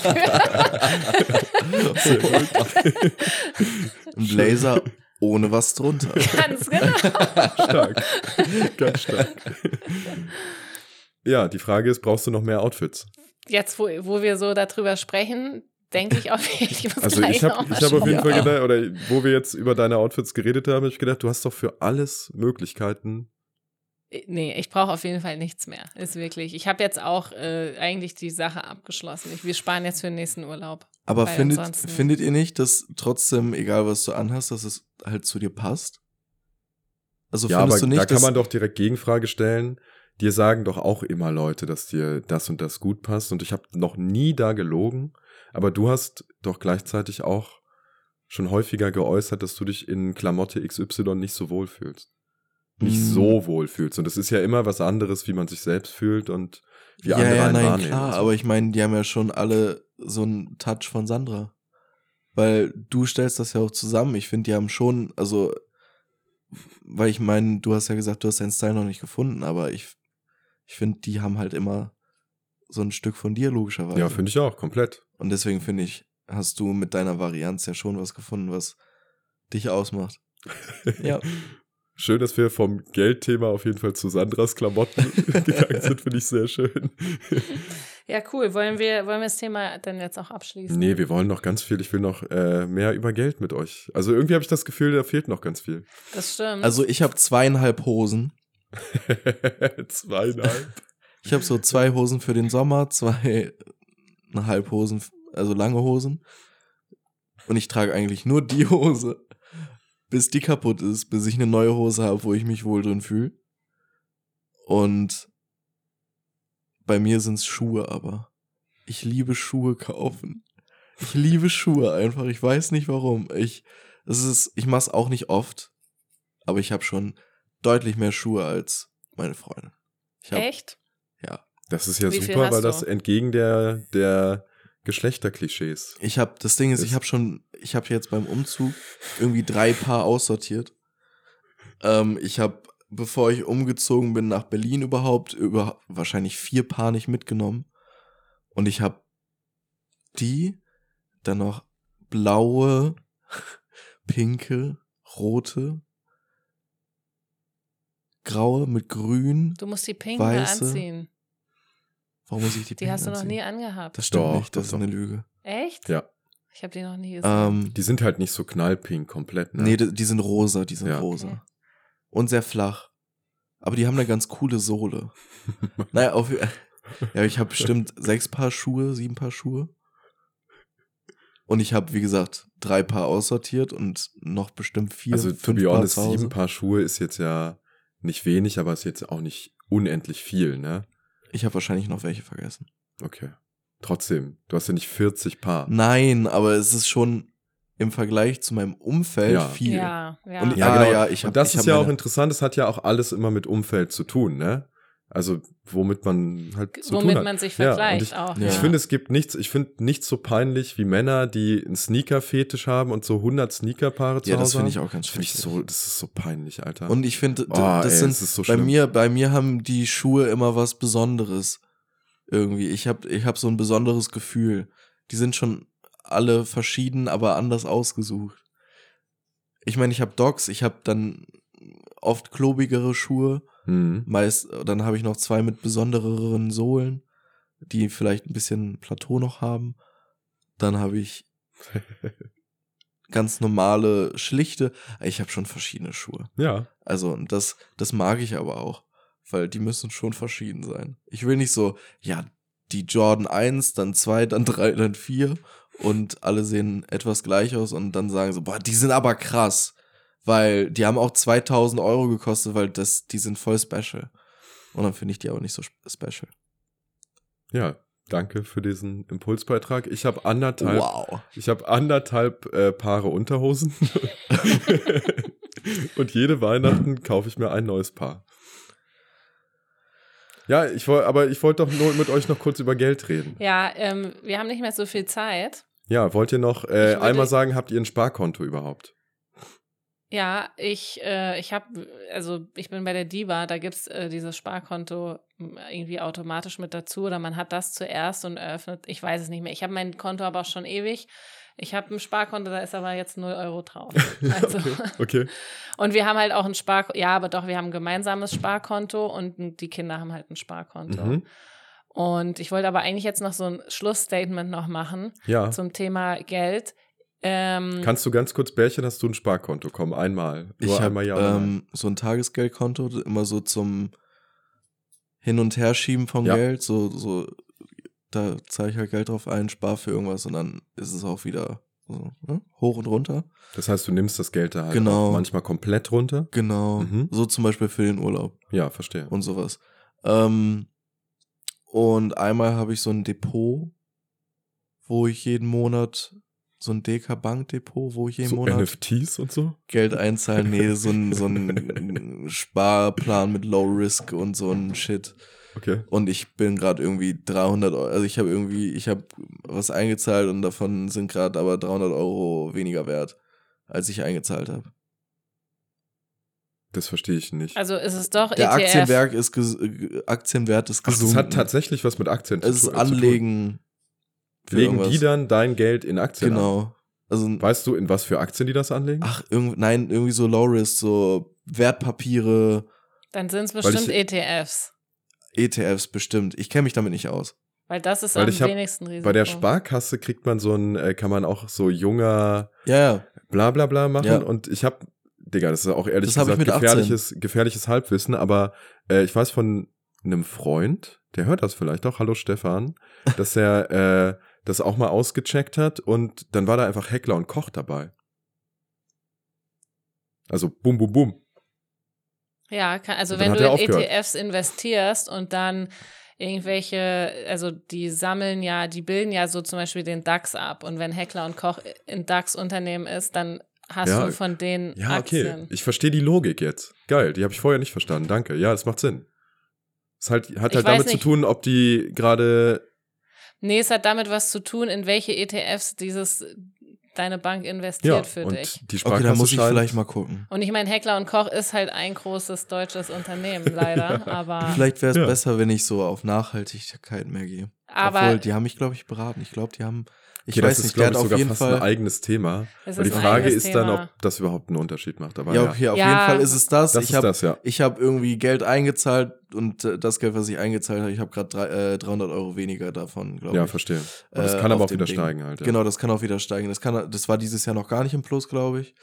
Sehr gut. Ein Blazer ohne was drunter. Ganz genau. Stark. Ganz stark. Ja, die Frage ist, brauchst du noch mehr Outfits? Jetzt, wo wir so darüber sprechen, denke ich auf jeden Fall. Also ich habe auf jeden Fall gedacht, oder wo wir jetzt über deine Outfits geredet haben, habe ich gedacht, du hast doch für alles Möglichkeiten. Nee, ich brauche auf jeden Fall nichts mehr. Ist wirklich. Ich habe jetzt auch eigentlich die Sache abgeschlossen. Wir sparen jetzt für den nächsten Urlaub. Aber Weil findet ihr nicht, dass trotzdem, egal was du anhast, dass es halt zu dir passt? Also Ja, aber findest du nicht, da kann dass man doch direkt Gegenfrage stellen. Dir sagen doch auch immer Leute, dass dir das und das gut passt. Und ich habe noch nie da gelogen. Aber du hast doch gleichzeitig auch schon häufiger geäußert, dass du dich in Klamotte XY nicht so wohl fühlst. Nicht so wohl fühlst. Und das ist ja immer was anderes, wie man sich selbst fühlt und wie andere einen wahrnehmen. Klar, und so. aber ich meine, die haben ja schon alle so einen Touch von Sandra. Weil du stellst das ja auch zusammen. Ich finde, die haben schon, also, weil ich meine, du hast ja gesagt, du hast deinen Style noch nicht gefunden, aber ich finde, die haben halt immer so ein Stück von dir, logischerweise. Ja, finde ich auch, komplett. Und deswegen finde ich, hast du mit deiner Varianz ja schon was gefunden, was dich ausmacht. Ja. Schön, dass wir vom Geldthema auf jeden Fall zu Sandras Klamotten gegangen sind, finde ich sehr schön. Ja, cool. Wollen wir das Thema dann jetzt auch abschließen? Nee, wir wollen noch ganz viel. Ich will noch mehr über Geld mit euch. Also irgendwie habe ich das Gefühl, da fehlt noch ganz viel. Das stimmt. Also ich habe 2,5 Hosen. 2,5. Ich habe so 2 Hosen für den Sommer, 2,5 Hosen, also lange Hosen. Und ich trage eigentlich nur die Hose, bis die kaputt ist, bis ich eine neue Hose habe, wo ich mich wohl drin fühle. Und bei mir sind es Schuhe, aber ich liebe Schuhe kaufen. Ich liebe Schuhe einfach. Ich weiß nicht warum. Ich mach's auch nicht oft, aber ich habe schon deutlich mehr Schuhe als meine Freundin. Echt? Ja. Das ist ja Wie viel super, hast weil du? das entgegen der Geschlechterklischees. Das Ding ist, ich habe jetzt beim Umzug irgendwie 3 Paar aussortiert. Ich habe, bevor ich umgezogen bin nach Berlin überhaupt, wahrscheinlich 4 Paar nicht mitgenommen. Und ich habe dann noch blaue, pinke, rote, graue mit grün. Du musst die pinken Weiße. anziehen. Warum muss ich die Die pinken hast du noch anziehen? nie angehabt. Das stimmt Doch, nicht, das doch, ist eine Lüge. Echt? Ja. Ich habe die noch nie gesehen. Die sind halt nicht so knallpink komplett, ne? Nee, die sind rosa, Ja. rosa. Okay. Und sehr flach. Aber die haben eine ganz coole Sohle. Naja, ich habe bestimmt 7 Paar Schuhe. Und ich habe, wie gesagt, 3 Paar aussortiert und noch bestimmt 4, Also, to 5 be Paar honest, zu Hause. 7 Paar Schuhe ist jetzt ja nicht wenig, aber ist jetzt auch nicht unendlich viel, ne? Ich habe wahrscheinlich noch welche vergessen. Okay. Trotzdem, du hast ja nicht 40 Paar. Nein, aber es ist schon im Vergleich zu meinem Umfeld Ja. viel. Ja. Und Ja, genau. ja, ich Und hab- das ich ist hab ja auch meine- interessant, das hat ja auch alles immer mit Umfeld zu tun, ne? Also, womit man halt zu tun Womit hat. man sich Ja, vergleicht und auch. ja. Ich finde, ich finde nichts so peinlich wie Männer, die einen Sneaker-Fetisch haben und so 100 Sneakerpaare zu Ja, Hause das finde ich haben. auch ganz Finde ich schwierig. das ist so peinlich, Alter. Und ich finde, das ist so bei schlimm. mir haben die Schuhe immer was Besonderes. Irgendwie. Ich hab so ein besonderes Gefühl. Die sind schon alle verschieden, aber anders ausgesucht. Ich meine, ich habe Docs, ich habe dann oft klobigere Schuhe. Mhm. Dann habe ich noch 2 mit besondereren Sohlen, die vielleicht ein bisschen Plateau noch haben. Dann habe ich ganz normale, schlichte. Ich habe schon verschiedene Schuhe. Ja. Also das mag ich aber auch, weil die müssen schon verschieden sein. Ich will nicht so, ja, die Jordan 1, dann 2, dann 3, dann 4 und alle sehen etwas gleich aus und dann sagen so, boah, die sind aber krass, weil die haben auch 2.000 € gekostet, weil die sind voll special. Und dann finde ich die aber nicht so special. Ja, danke für diesen Impulsbeitrag. Ich habe anderthalb Wow. Paare Unterhosen. Und jede Weihnachten kaufe ich mir ein neues Paar. Ja, ich wollte doch nur mit euch noch kurz über Geld reden. Ja, wir haben nicht mehr so viel Zeit. Ja, wollt ihr noch einmal sagen, habt ihr ein Sparkonto überhaupt? Ja, ich bin bei der DIBA, da gibt es dieses Sparkonto irgendwie automatisch mit dazu oder man hat das zuerst und eröffnet, ich weiß es nicht mehr. Ich habe mein Konto aber auch schon ewig. Ich habe ein Sparkonto, da ist aber jetzt 0 € drauf. Also, Okay. und wir haben halt auch ein Sparkonto, ja, aber doch, wir haben ein gemeinsames Sparkonto und die Kinder haben halt ein Sparkonto. Mhm. Und ich wollte aber eigentlich jetzt noch so ein Schlussstatement noch machen Ja. zum Thema Geld. Kannst du ganz kurz, Bärchen, hast du ein Sparkonto? Komm, einmal. Ich Nur einmal ja oder habe nein. so ein Tagesgeldkonto, immer so zum Hin- und Herschieben von Ja. Geld. So, da zahle ich halt Geld drauf ein, spare für irgendwas und dann ist es auch wieder so, ne? Hoch und runter. Das heißt, du nimmst das Geld da halt Genau. auch manchmal komplett runter? Genau. Mhm. So zum Beispiel für den Urlaub Ja, verstehe. und sowas. Und einmal habe ich so ein Depot, wo ich jeden Monat, so ein DK-Bank-Depot, wo ich jeden So Monat NFTs und so? Geld einzahlen. Nee, so ein Sparplan mit Low Risk und so ein Shit. Okay. Und ich bin gerade irgendwie 300 €, also ich habe was eingezahlt und davon sind gerade aber 300 € weniger wert, als ich eingezahlt habe. Das verstehe ich nicht. Also ist es doch Der ETF. Aktienwert ist Ach, gesunken. das hat tatsächlich was mit Aktien Es ist zu tun. Anlegen. für Legen irgendwas. die dann dein Geld in Aktien an? Genau. Also, Weißt du, in was für Aktien die das anlegen? irgendwie so Low Risk, so Wertpapiere, Dann sind es Weil bestimmt ich- ETFs. ETFs bestimmt. Ich kenne mich damit nicht aus. Weil das ist Weil am ich hab wenigsten Risiko. Bei der Sparkasse kriegt man so ein, kann man auch so junger Ja. bla bla bla machen. Ja. Und ich habe, Digga, das ist auch ehrlich Das hab ich gesagt mit gefährliches Halbwissen, aber ich weiß von einem Freund, der hört das vielleicht auch, hallo Stefan, dass er das auch mal ausgecheckt hat und dann war da einfach Heckler und Koch dabei. Also bum bum bum. Ja, also Und dann wenn hat du er in aufgehört. ETFs investierst und dann also die bilden ja so zum Beispiel den DAX ab. Und wenn Heckler und Koch ein DAX-Unternehmen ist, dann hast du von denen Aktien. Okay. Ich verstehe die Logik jetzt. Geil, die habe ich vorher nicht verstanden. Danke. Ja, das macht Sinn. Es hat damit zu tun, ob die gerade... Nee, es hat damit was zu tun, in welche ETFs deine Bank investiert für und dich. Die Sparkasse da muss ich vielleicht mal gucken. Und ich meine, Heckler und Koch ist halt ein großes deutsches Unternehmen, leider. Aber Vielleicht wäre es besser, wenn ich so auf Nachhaltigkeit mehr gehe. Obwohl, die haben mich, glaube ich, beraten. Ich glaube, die haben... das ist, glaube ich, sogar fast ein eigenes Thema. Weil die Frage ist dann, ob das überhaupt einen Unterschied macht. Aber okay, auf jeden Fall ist es das. Ich habe irgendwie Geld eingezahlt und das Geld, was ich eingezahlt habe, ich habe gerade 300 Euro weniger davon, glaube ich. Ja, verstehe. Aber das kann aber auch wieder steigen halt. Ja. Genau, das kann auch wieder steigen. Das war dieses Jahr noch gar nicht im Plus, glaube ich.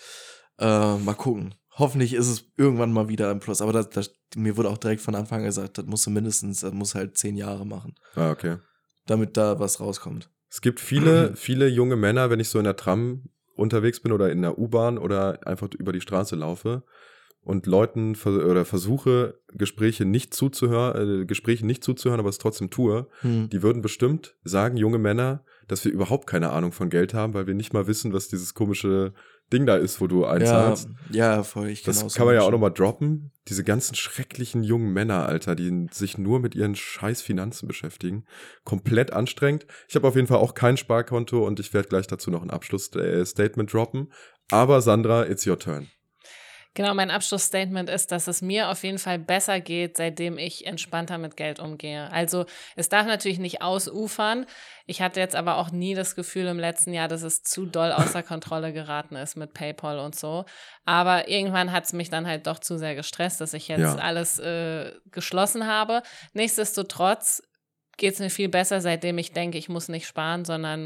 Mal gucken. Hoffentlich ist es irgendwann mal wieder im Plus. Aber mir wurde auch direkt von Anfang an gesagt, das muss halt 10 Jahre machen. Ah, okay. Damit da was rauskommt. Es gibt viele junge Männer, wenn ich so in der Tram unterwegs bin oder in der U-Bahn oder einfach über die Straße laufe und Leuten versuche, Gesprächen nicht zuzuhören, aber es trotzdem tue, die würden bestimmt sagen, junge Männer, dass wir überhaupt keine Ahnung von Geld haben, weil wir nicht mal wissen, was dieses komische Ding da ist, wo du einzahlst. Ja, voll. Das kann man ja auch nochmal droppen. Diese ganzen schrecklichen jungen Männer, Alter, die sich nur mit ihren scheiß Finanzen beschäftigen. Komplett anstrengend. Ich habe auf jeden Fall auch kein Sparkonto und ich werde gleich dazu noch ein Abschlussstatement droppen. Aber Sandra, it's your turn. Genau, mein Abschlussstatement ist, dass es mir auf jeden Fall besser geht, seitdem ich entspannter mit Geld umgehe. Also es darf natürlich nicht ausufern. Ich hatte jetzt aber auch nie das Gefühl im letzten Jahr, dass es zu doll außer Kontrolle geraten ist mit PayPal und so. Aber irgendwann hat es mich dann halt doch zu sehr gestresst, dass ich jetzt alles geschlossen habe. Nichtsdestotrotz geht es mir viel besser, seitdem ich denke, ich muss nicht sparen, sondern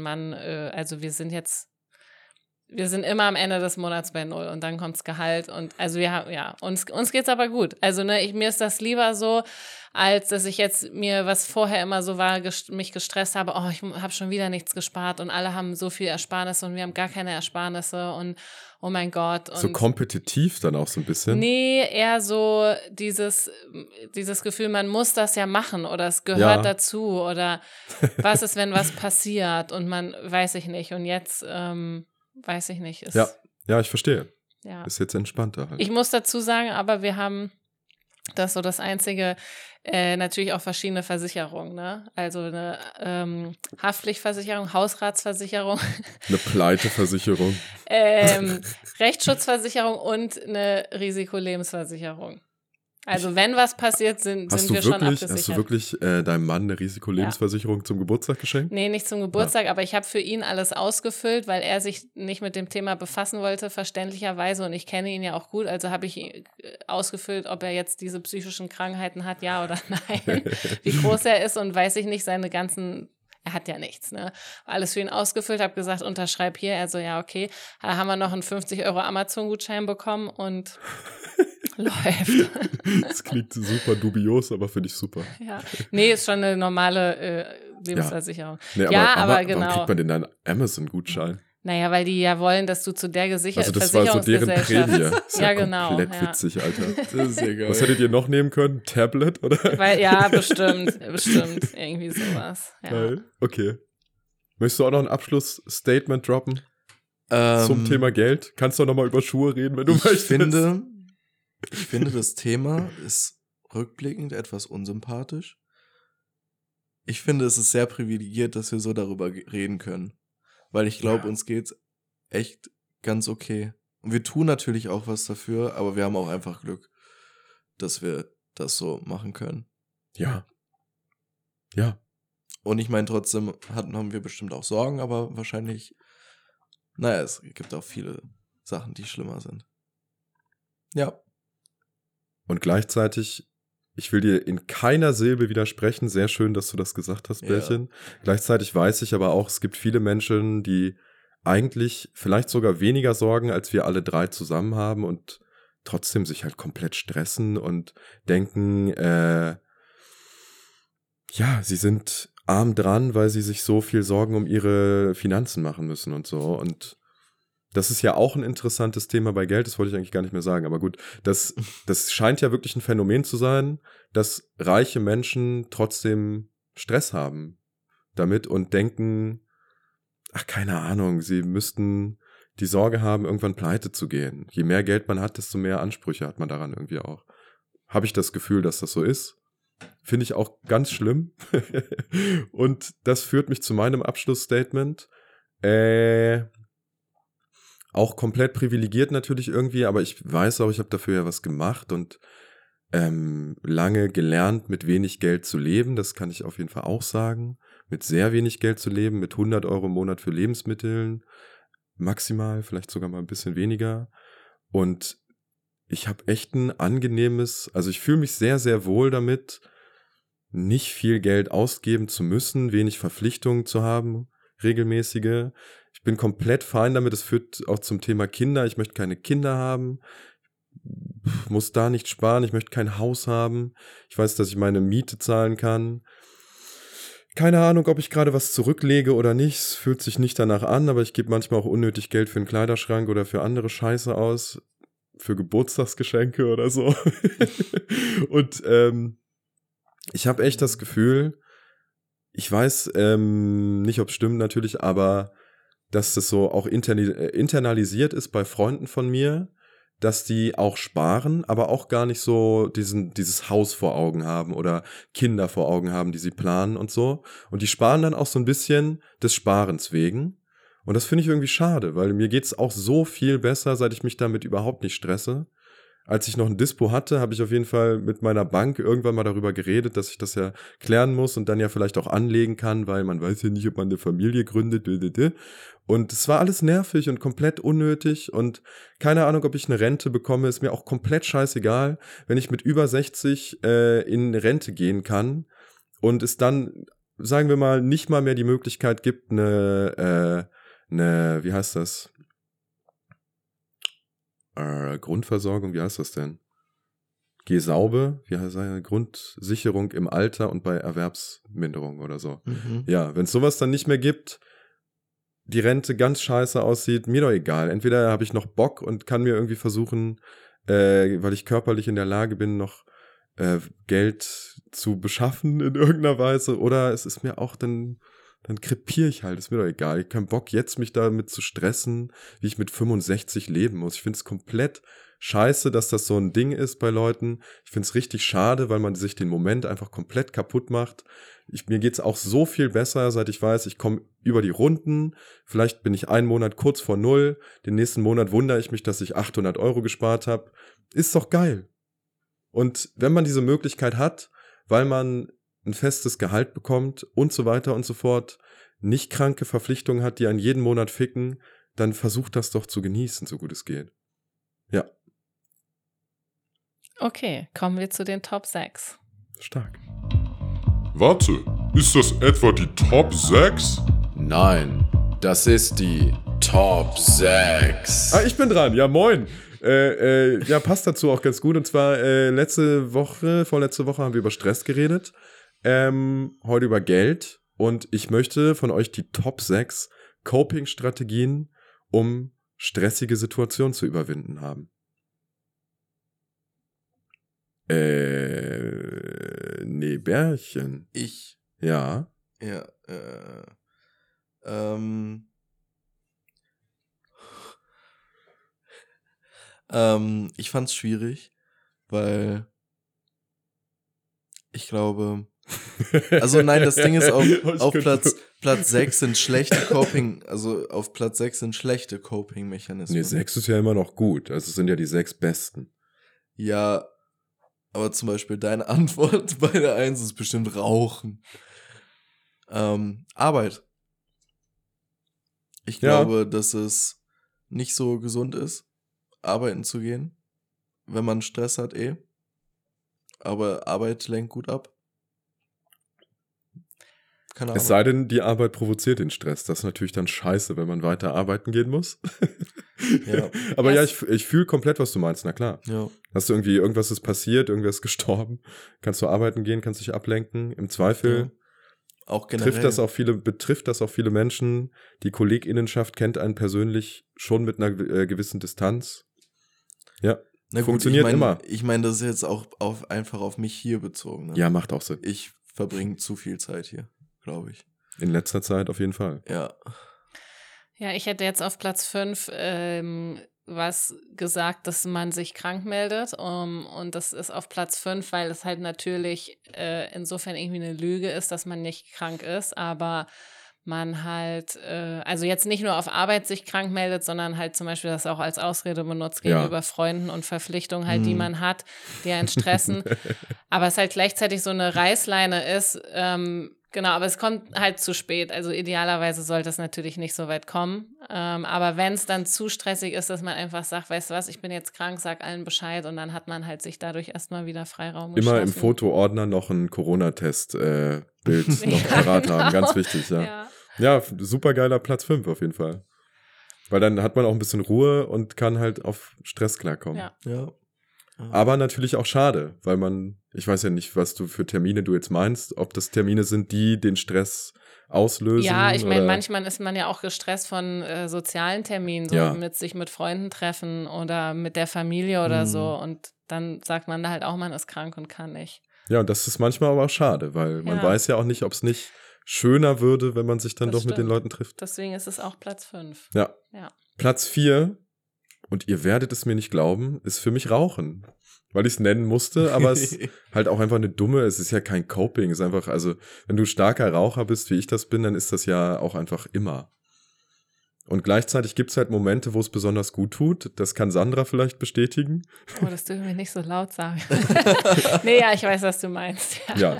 wir sind immer am Ende des Monats bei 0 und dann kommt's Gehalt und also uns geht's aber gut. Also mir ist das lieber so, als dass ich jetzt mir, was vorher immer so war, mich gestresst habe, ich habe schon wieder nichts gespart und alle haben so viel Ersparnisse und wir haben gar keine Ersparnisse und oh mein Gott. Und so kompetitiv dann auch so ein bisschen? Nee, eher so dieses Gefühl, man muss das ja machen oder es gehört dazu oder was ist, wenn was passiert und man weiß ich nicht und jetzt weiß ich nicht. Ja, ich verstehe. Ja. Ist jetzt entspannter halt. Ich muss dazu sagen, aber wir haben das so das einzige, natürlich auch verschiedene Versicherungen, ne? Also eine Haftpflichtversicherung, Hausratsversicherung. Eine Pleiteversicherung. Rechtsschutzversicherung und eine Risikolebensversicherung. Also wenn was passiert, sind wir schon abgesichert. Hast du wirklich deinem Mann eine Risikolebensversicherung zum Geburtstag geschenkt? Nee, nicht zum Geburtstag, aber ich habe für ihn alles ausgefüllt, weil er sich nicht mit dem Thema befassen wollte, verständlicherweise. Und ich kenne ihn ja auch gut, also habe ich ausgefüllt, ob er jetzt diese psychischen Krankheiten hat, ja oder nein. Wie groß er ist und weiß ich nicht, er hat ja nichts, ne? Alles für ihn ausgefüllt, habe gesagt, unterschreib hier. Also ja, okay. Da haben wir noch einen 50 € Amazon-Gutschein bekommen und läuft. Das klingt super dubios, aber finde ich super. Ja. Nee, ist schon eine normale Lebensversicherung. Nee, aber genau. Warum kriegt man denn dann einen Amazon-Gutschein? Naja, weil die ja wollen, dass du zu der gesicherten Versicherungsgesellschaft. Also das war so deren Prämie. Ist ja genau. Komplett witzig, Alter. Das ist ja geil. Was hättet ihr noch nehmen können? Tablet, oder? Bestimmt. Irgendwie sowas. Ja. Geil. Okay. Möchtest du auch noch ein Abschlussstatement droppen? Zum Thema Geld? Kannst du noch mal über Schuhe reden, wenn du möchtest? Ich finde, das Thema ist rückblickend etwas unsympathisch. Ich finde, es ist sehr privilegiert, dass wir so darüber reden können. Weil ich glaube, uns geht's echt ganz okay. Und wir tun natürlich auch was dafür, aber wir haben auch einfach Glück, dass wir das so machen können. Ja. Und ich meine, trotzdem haben wir bestimmt auch Sorgen, aber wahrscheinlich, es gibt auch viele Sachen, die schlimmer sind. Ja. Und gleichzeitig, ich will dir in keiner Silbe widersprechen. Sehr schön, dass du das gesagt hast, Bärchen. Ja. Gleichzeitig weiß ich aber auch, es gibt viele Menschen, die eigentlich vielleicht sogar weniger Sorgen, als wir alle drei zusammen haben und trotzdem sich halt komplett stressen und denken, sie sind arm dran, weil sie sich so viel Sorgen um ihre Finanzen machen müssen und so. Und das ist ja auch ein interessantes Thema bei Geld, das wollte ich eigentlich gar nicht mehr sagen, aber gut, das scheint ja wirklich ein Phänomen zu sein, dass reiche Menschen trotzdem Stress haben damit und denken, ach, keine Ahnung, sie müssten die Sorge haben, irgendwann pleite zu gehen. Je mehr Geld man hat, desto mehr Ansprüche hat man daran irgendwie auch. Habe ich das Gefühl, dass das so ist. Finde ich auch ganz schlimm. Und das führt mich zu meinem Abschlussstatement. Auch komplett privilegiert natürlich irgendwie, aber ich weiß auch, ich habe dafür ja was gemacht und lange gelernt, mit wenig Geld zu leben. Das kann ich auf jeden Fall auch sagen. Mit sehr wenig Geld zu leben, mit 100 Euro im Monat für Lebensmittel, maximal, vielleicht sogar mal ein bisschen weniger. Und ich habe echt ein angenehmes, also ich fühle mich sehr, sehr wohl damit, nicht viel Geld ausgeben zu müssen, wenig Verpflichtungen zu haben, regelmäßige. Ich bin komplett fein damit, es führt auch zum Thema Kinder. Ich möchte keine Kinder haben, muss da nicht sparen, ich möchte kein Haus haben. Ich weiß, dass ich meine Miete zahlen kann. Keine Ahnung, ob ich gerade was zurücklege oder nicht. Es fühlt sich nicht danach an, aber ich gebe manchmal auch unnötig Geld für einen Kleiderschrank oder für andere Scheiße aus. Für Geburtstagsgeschenke oder so. Und ich habe echt das Gefühl, ich weiß nicht, ob es stimmt natürlich, aber dass das so auch internalisiert ist bei Freunden von mir, dass die auch sparen, aber auch gar nicht so dieses Haus vor Augen haben oder Kinder vor Augen haben, die sie planen und so. Und die sparen dann auch so ein bisschen des Sparens wegen. Und das finde ich irgendwie schade, weil mir geht's auch so viel besser, seit ich mich damit überhaupt nicht stresse. Als ich noch ein Dispo hatte, habe ich auf jeden Fall mit meiner Bank irgendwann mal darüber geredet, dass ich das ja klären muss und dann ja vielleicht auch anlegen kann, weil man weiß ja nicht, ob man eine Familie gründet. Und es war alles nervig und komplett unnötig und keine Ahnung, ob ich eine Rente bekomme, ist mir auch komplett scheißegal, wenn ich mit über 60 in Rente gehen kann und es dann, sagen wir mal, nicht mal mehr die Möglichkeit gibt, eine wie heißt das? Grundversorgung, wie heißt das denn? Gesaube, wie heißt das? Grundsicherung im Alter und bei Erwerbsminderung oder so. Mhm. Ja, wenn es sowas dann nicht mehr gibt, die Rente ganz scheiße aussieht, mir doch egal. Entweder habe ich noch Bock und kann mir irgendwie versuchen, weil ich körperlich in der Lage bin, noch Geld zu beschaffen in irgendeiner Weise, oder es ist mir auch dann krepiere ich halt, ist mir doch egal. Ich habe keinen Bock, jetzt mich damit zu stressen, wie ich mit 65 leben muss. Ich finde es komplett scheiße, dass das so ein Ding ist bei Leuten. Ich finde es richtig schade, weil man sich den Moment einfach komplett kaputt macht. Mir geht's auch so viel besser, seit ich weiß, ich komme über die Runden. Vielleicht bin ich einen Monat kurz vor Null. Den nächsten Monat wundere ich mich, dass ich 800 Euro gespart habe. Ist doch geil. Und wenn man diese Möglichkeit hat, weil man ein festes Gehalt bekommt und so weiter und so fort, nicht kranke Verpflichtungen hat, die einen jeden Monat ficken, dann versucht das doch zu genießen, so gut es geht. Ja. Okay, kommen wir zu den Top 6. Stark. Warte, ist das etwa die Top 6? Nein, das ist die Top 6. Ah, ich bin dran. Ja, moin. Ja, passt dazu auch ganz gut. Und zwar vorletzte Woche haben wir über Stress geredet. Heute über Geld. Und ich möchte von euch die Top 6 Coping-Strategien, um stressige Situationen zu überwinden haben. Nee, Bärchen. Ich. Ja. Ja, ich fand's schwierig, weil ich glaube, also nein, das Ding ist auf Platz 6 sind schlechte auf Platz 6 sind schlechte Coping-Mechanismen. Nee, 6 ist ja immer noch gut. Also es sind ja die 6 besten. Ja, aber zum Beispiel deine Antwort bei der 1 ist bestimmt Rauchen. Arbeit. Ich glaube, dass es nicht so gesund ist, arbeiten zu gehen, wenn man Stress hat Aber Arbeit lenkt gut ab. Keine Ahnung. Es sei denn, die Arbeit provoziert den Stress. Das ist natürlich dann scheiße, wenn man weiter arbeiten gehen muss. Ja. Aber ja, ich fühle komplett, was du meinst, na klar. Ja. Hast du irgendwie, irgendwas ist passiert, irgendwer ist gestorben, kannst du arbeiten gehen, kannst dich ablenken, im Zweifel auch generell. betrifft das auch viele Menschen. Die KollegInnenschaft kennt einen persönlich schon mit einer gewissen Distanz. Ja, Na gut, funktioniert immer. Ich meine, das ist jetzt auch einfach auf mich hier bezogen. Ne? Ja, macht auch Sinn. Ich verbringe zu viel Zeit hier, glaube ich. In letzter Zeit auf jeden Fall. Ja. Ja, ich hätte jetzt auf Platz 5 was gesagt, dass man sich krank meldet. Und das ist auf Platz 5, weil es halt natürlich insofern irgendwie eine Lüge ist, dass man nicht krank ist, aber man halt, also jetzt nicht nur auf Arbeit sich krank meldet, sondern halt zum Beispiel das auch als Ausrede benutzt gegenüber Freunden und Verpflichtungen halt, die man hat, die einen stressen. Aber es halt gleichzeitig so eine Reißleine ist, genau, aber es kommt halt zu spät. Also idealerweise sollte es natürlich nicht so weit kommen. Aber wenn es dann zu stressig ist, dass man einfach sagt, weißt du was, ich bin jetzt krank, sag allen Bescheid und dann hat man halt sich dadurch erstmal wieder Freiraum geschaffen. Immer im Fotoordner noch ein Corona-Test-Bild noch parat haben, ganz wichtig, ja. Ja, super geiler Platz 5 auf jeden Fall. Weil dann hat man auch ein bisschen Ruhe und kann halt auf Stress klarkommen. Ja. Aber natürlich auch schade, weil ich weiß ja nicht, was du für Termine du jetzt meinst, ob das Termine sind, die den Stress auslösen. Ja, ich meine, manchmal ist man ja auch gestresst von sozialen Terminen, so mit sich mit Freunden treffen oder mit der Familie oder so und dann sagt man da halt auch, man ist krank und kann nicht. Ja, und das ist manchmal aber auch schade, weil man weiß ja auch nicht, ob es nicht schöner würde, wenn man sich dann doch mit den Leuten trifft. Deswegen ist es auch Platz 5. Ja. Platz 4, und ihr werdet es mir nicht glauben, ist für mich Rauchen. Weil ich es nennen musste, aber es ist halt auch einfach es ist ja kein Coping, es ist einfach, also wenn du starker Raucher bist, wie ich das bin, dann ist das ja auch einfach immer. Und gleichzeitig gibt es halt Momente, wo es besonders gut tut. Das kann Sandra vielleicht bestätigen. Oh, das dürfen wir nicht so laut sagen. Nee, ja, ich weiß, was du meinst. Ja,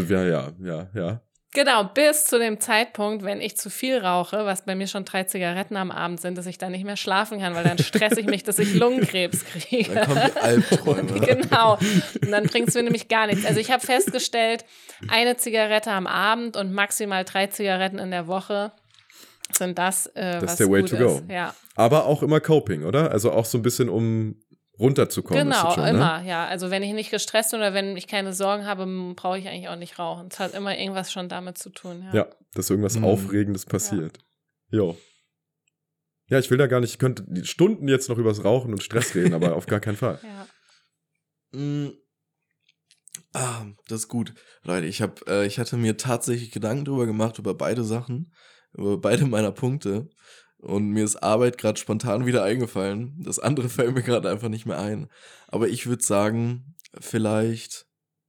ja. Genau, bis zu dem Zeitpunkt, wenn ich zu viel rauche, was bei mir schon 3 Zigaretten am Abend sind, dass ich dann nicht mehr schlafen kann, weil dann stresse ich mich, dass ich Lungenkrebs kriege. Dann kommen die Albträume. Genau. Und dann bringt es mir nämlich gar nichts. Also ich habe festgestellt, 1 Zigarette am Abend und maximal 3 Zigaretten in der Woche sind das, das was ist der Way gut to go. ist. Ja. Aber auch immer Coping, oder? Also auch so ein bisschen, um runterzukommen. Genau, schon, immer, ne? ja. Also wenn ich nicht gestresst bin oder wenn ich keine Sorgen habe, brauche ich eigentlich auch nicht rauchen. Es hat immer irgendwas schon damit zu tun. Ja, dass irgendwas Aufregendes passiert. Jo. Ja, ich will da gar nicht, ich könnte Stunden jetzt noch übers Rauchen und Stress reden, aber auf gar keinen Fall. Das ist gut. Leute, ich hatte mir tatsächlich Gedanken drüber gemacht, über beide Sachen, über beide meiner Punkte. Und mir ist Arbeit gerade spontan wieder eingefallen. Das andere fällt mir gerade einfach nicht mehr ein. Aber ich würde sagen, vielleicht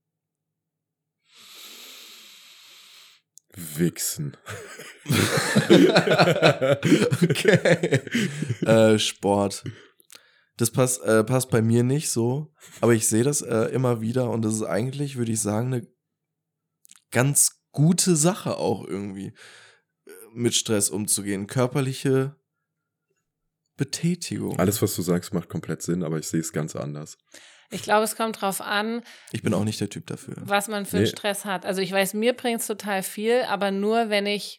Wichsen. Okay. Sport. Das passt bei mir nicht so. Aber ich sehe das immer wieder. Und das ist eigentlich, würde ich sagen, eine ganz gute Sache auch irgendwie, mit Stress umzugehen. Körperliche Betätigung. Alles, was du sagst, macht komplett Sinn, aber ich sehe es ganz anders. Ich glaube, es kommt drauf an. Ich bin auch nicht der Typ dafür. Was man für einen Stress hat. Also ich weiß, mir bringt es total viel, aber nur wenn ich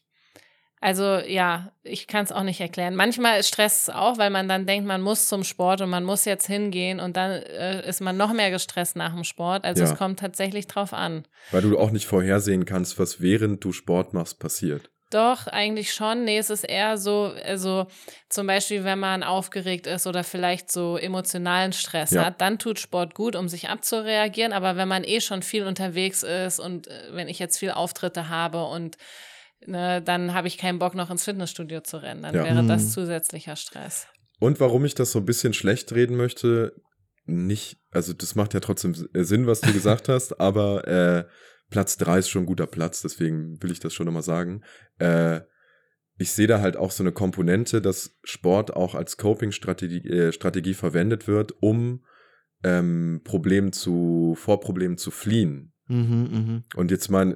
kann es auch nicht erklären. Manchmal stresst es auch, weil man dann denkt, man muss zum Sport und man muss jetzt hingehen und dann ist man noch mehr gestresst nach dem Sport. Also es kommt tatsächlich drauf an. Weil du auch nicht vorhersehen kannst, was während du Sport machst passiert. Doch, eigentlich schon. Nee, es ist eher so, also zum Beispiel, wenn man aufgeregt ist oder vielleicht so emotionalen Stress hat, dann tut Sport gut, um sich abzureagieren. Aber wenn man schon viel unterwegs ist und wenn ich jetzt viel Auftritte habe und dann habe ich keinen Bock, noch ins Fitnessstudio zu rennen, dann wäre das zusätzlicher Stress. Und warum ich das so ein bisschen schlecht reden möchte, nicht, also das macht ja trotzdem Sinn, was du gesagt hast, aber Platz 3 ist schon ein guter Platz, deswegen will ich das schon nochmal sagen. Ich sehe da halt auch so eine Komponente, dass Sport auch als Coping-Strategie verwendet wird, um vor Problemen zu fliehen. Und jetzt mal,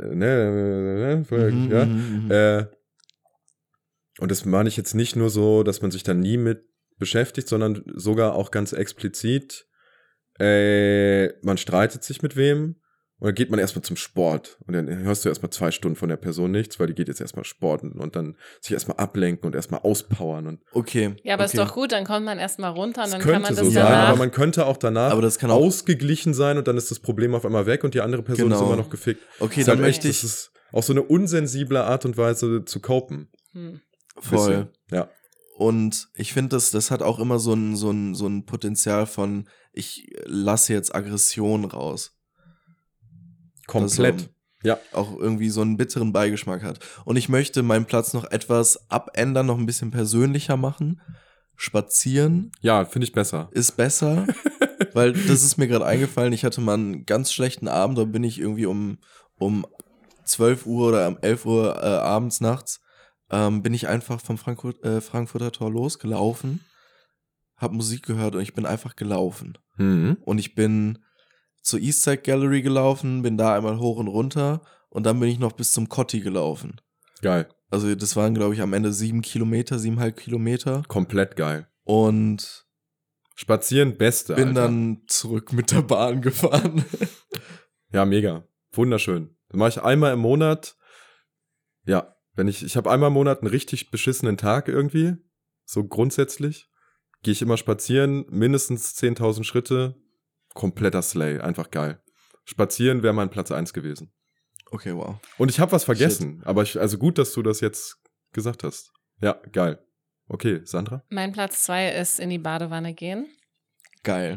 und das meine ich jetzt nicht nur so, dass man sich da nie mit beschäftigt, sondern sogar auch ganz explizit, man streitet sich mit wem. Und dann geht man erstmal zum Sport und dann hörst du erstmal 2 Stunden von der Person nichts, weil die geht jetzt erstmal sporten und dann sich erstmal ablenken und erstmal auspowern. Und okay. Ja, aber ist doch gut, dann kommt man erstmal runter und dann könnte kann man das so sein, aber man könnte auch danach aber das kann auch ausgeglichen sein und dann ist das Problem auf einmal weg und die andere Person ist immer noch gefickt. Okay, ist dann halt möchte ich, auch so eine unsensible Art und Weise zu copen. Voll. Bisschen. Ja. Und ich finde, das hat auch immer so ein Potenzial von, ich lasse jetzt Aggression raus. Komplett. Das Ja. auch irgendwie so einen bitteren Beigeschmack hat. Und ich möchte meinen Platz noch etwas abändern, noch ein bisschen persönlicher machen. Spazieren Ja, finde ich besser. ist besser, weil das ist mir gerade eingefallen. Ich hatte mal einen ganz schlechten Abend, da bin ich irgendwie um 12 Uhr oder um 11 Uhr abends, nachts, bin ich einfach vom Frankfurter Tor losgelaufen, hab Musik gehört und ich bin einfach gelaufen. Mhm. Und ich bin zur Eastside Gallery gelaufen, bin da einmal hoch und runter und dann bin ich noch bis zum Kotti gelaufen. Geil. Also das waren, glaube ich, am Ende 7,5 Kilometer. Komplett geil. Und Spazieren, beste, bin Alter. dann zurück mit der Bahn gefahren. Ja, mega. Wunderschön. Das mache ich einmal im Monat. Ja, ich habe einmal im Monat einen richtig beschissenen Tag irgendwie. So grundsätzlich. Gehe ich immer spazieren, mindestens 10.000 Schritte. Kompletter Slay, einfach geil. Spazieren wäre mein Platz 1 gewesen. Okay, wow. Und ich habe was vergessen, aber also gut, dass du das jetzt gesagt hast. Ja, geil. Okay, Sandra? Mein Platz 2 ist in die Badewanne gehen. Geil.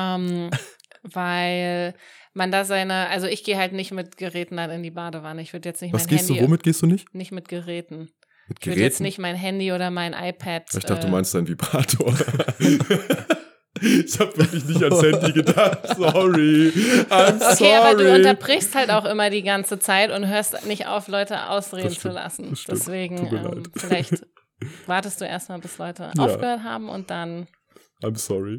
Weil man da also ich gehe halt nicht mit Geräten dann in die Badewanne. Ich würde jetzt nicht Was mein gehst Handy. du, womit gehst du nicht? Nicht mit Geräten. Mit Ich würde jetzt nicht mein Handy oder mein iPad. Ich dachte, du meinst dein Vibrator. Ich habe wirklich nicht ans Handy gedacht. Sorry. I'm sorry. Okay, aber du unterbrichst halt auch immer die ganze Zeit und hörst nicht auf, Leute ausreden Das zu lassen. das stimmt. Deswegen, Tut mir leid. vielleicht wartest du erstmal, bis Leute aufgehört haben und dann, I'm sorry.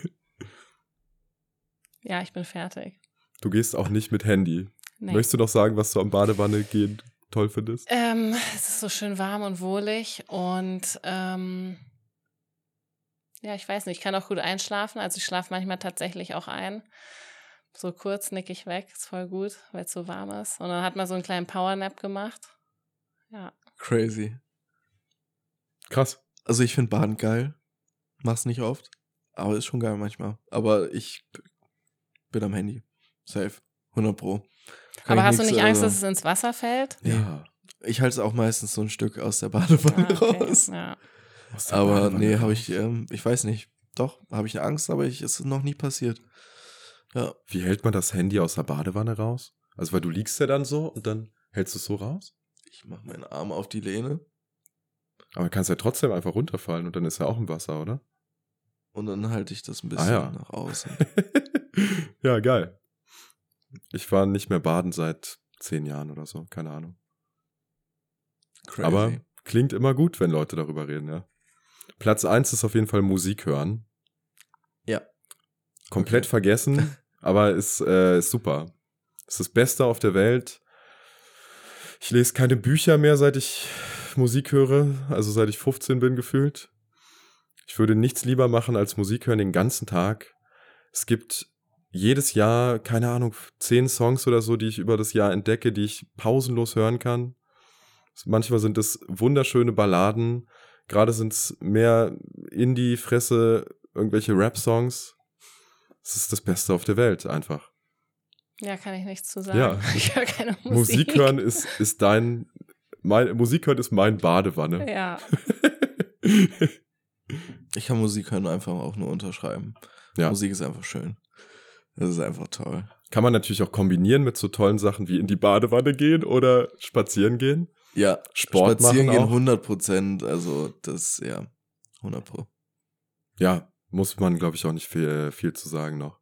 ja, ich bin fertig. Du gehst auch nicht mit Handy. Nee. Möchtest du noch sagen, was du am Badewanne gehen toll findest? Es ist so schön warm und wohlig und ja, ich weiß nicht, ich kann auch gut einschlafen. Also ich schlafe manchmal tatsächlich auch ein. So kurz nick ich weg, ist voll gut, weil es so warm ist. Und dann hat man so einen kleinen Powernap gemacht. Ja. Crazy. Krass. Also ich finde Baden geil. Mach's nicht oft. Aber ist schon geil manchmal. Aber ich bin am Handy. Safe. 100 Pro. Aber hast du nicht Angst, dass es ins Wasser fällt? Ja. Ich halte es auch meistens so ein Stück aus der Badewanne raus. Ja. Aber nee, habe ich weiß nicht. Doch, habe ich Angst, aber ist noch nie passiert. Ja. Wie hält man das Handy aus der Badewanne raus? Also, weil du liegst ja dann so und dann hältst du es so raus? Ich mache meinen Arm auf die Lehne. Aber man kann es ja trotzdem einfach runterfallen und dann ist er auch im Wasser, oder? Und dann halte ich das ein bisschen nach außen. Ja, geil. Ich war nicht mehr baden seit 10 Jahren oder so, keine Ahnung. Crazy. Aber klingt immer gut, wenn Leute darüber reden, ja. Platz 1 ist auf jeden Fall Musik hören. Ja. Komplett Okay. vergessen, aber ist super. Ist das Beste auf der Welt. Ich lese keine Bücher mehr, seit ich Musik höre, also seit ich 15 bin gefühlt. Ich würde nichts lieber machen als Musik hören den ganzen Tag. Es gibt jedes Jahr, keine Ahnung, 10 Songs oder so, die ich über das Jahr entdecke, die ich pausenlos hören kann. Manchmal sind es wunderschöne Balladen, gerade sind es mehr Indie-Fresse, irgendwelche Rap-Songs. Es ist das Beste auf der Welt, einfach. Ja, kann ich nichts zu sagen. Ja. Ich höre keine Musik. Musik hören ist Musik hören ist mein Badewanne. Ja. Ich kann Musik hören einfach auch nur unterschreiben. Ja. Musik ist einfach schön. Das ist einfach toll. Kann man natürlich auch kombinieren mit so tollen Sachen wie in die Badewanne gehen oder spazieren gehen. Ja, Sport spazieren machen gehen auch. 100%, also das, ja, 100 Pro. Ja, muss man, glaube ich, auch nicht viel zu sagen noch.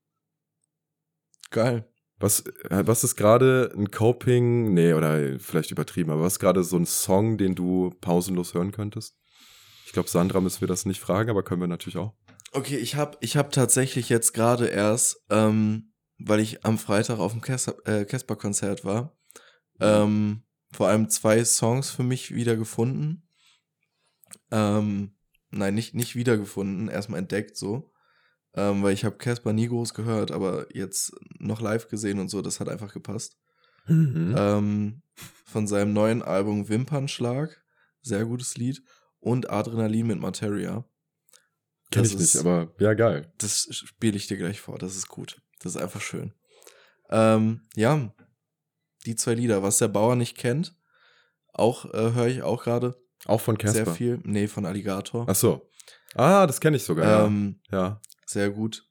Geil. Was ist gerade ein Coping, nee, oder vielleicht übertrieben, aber was ist gerade so ein Song, den du pausenlos hören könntest? Ich glaube, Sandra müssen wir das nicht fragen, aber können wir natürlich auch. Okay, ich hab tatsächlich jetzt gerade erst, weil ich am Freitag auf dem Casper-Konzert war, vor allem 2 Songs für mich wieder gefunden. Nein, nicht wiedergefunden, erstmal entdeckt so. Weil ich habe Casper nie groß gehört, aber jetzt noch live gesehen und so, das hat einfach gepasst. Mhm. Von seinem neuen Album Wimpernschlag, sehr gutes Lied, und Adrenalin mit Materia. Kenn Das ich nicht, ist- aber ja, geil. Das spiele ich dir gleich vor, das ist gut. Das ist einfach schön. Ja, Die 2 Lieder, was der Bauer nicht kennt, auch höre ich auch gerade Auch von Casper? sehr viel. Nee, von Alligator. Ach so. Ah, das kenne ich sogar, ja. Sehr gut.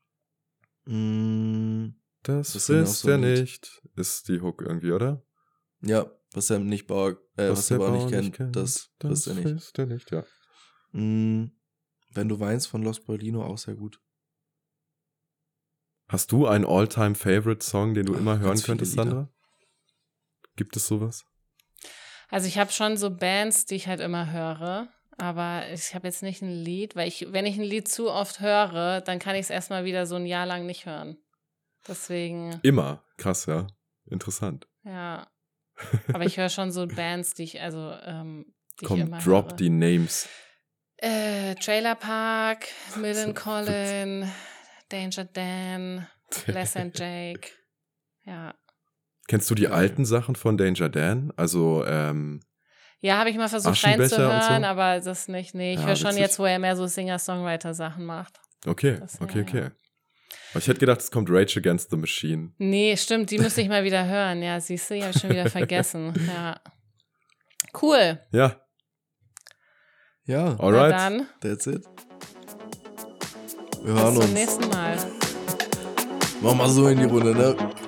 Das Was denn auch wisst so ihr ein Lied? nicht, ist die Hook irgendwie, oder? Ja, was der Bauer nicht kennt, das wisst ihr nicht. wisst ihr nicht, ja. Wenn du weinst von Los Paulino, auch sehr gut. Hast du einen All-Time-Favorite-Song, den du immer hören ganz viele könntest, Lieder. Sandra? Gibt es sowas? Also ich habe schon so Bands, die ich halt immer höre, aber ich habe jetzt nicht ein Lied, weil wenn ich ein Lied zu oft höre, dann kann ich es erstmal wieder so ein Jahr lang nicht hören. Deswegen, Immer. Krass, ja. Interessant. ja. Aber ich höre schon so Bands, die ich Komm, immer drop höre. die Names. Trailer Park, Millencolin, Danger Dan, Les and Jake. Ja. Kennst du die alten Sachen von Danger Dan? Also, Ja, habe ich mal versucht Aschenbecher reinzuhören, und so? aber das nicht. Nee, ich Ja, höre schon witzig. jetzt, wo er mehr so Singer-Songwriter-Sachen macht. okay. Ja. Aber ich hätte gedacht, es kommt Rage Against the Machine. Nee, stimmt, die müsste ich mal wieder hören. Ja, siehst du, die habe ich schon wieder vergessen. Ja. Cool. Ja, Ja, Na alright. dann, that's it. Wir bis hören zum uns. nächsten Mal. Mach mal so in die Runde, ne?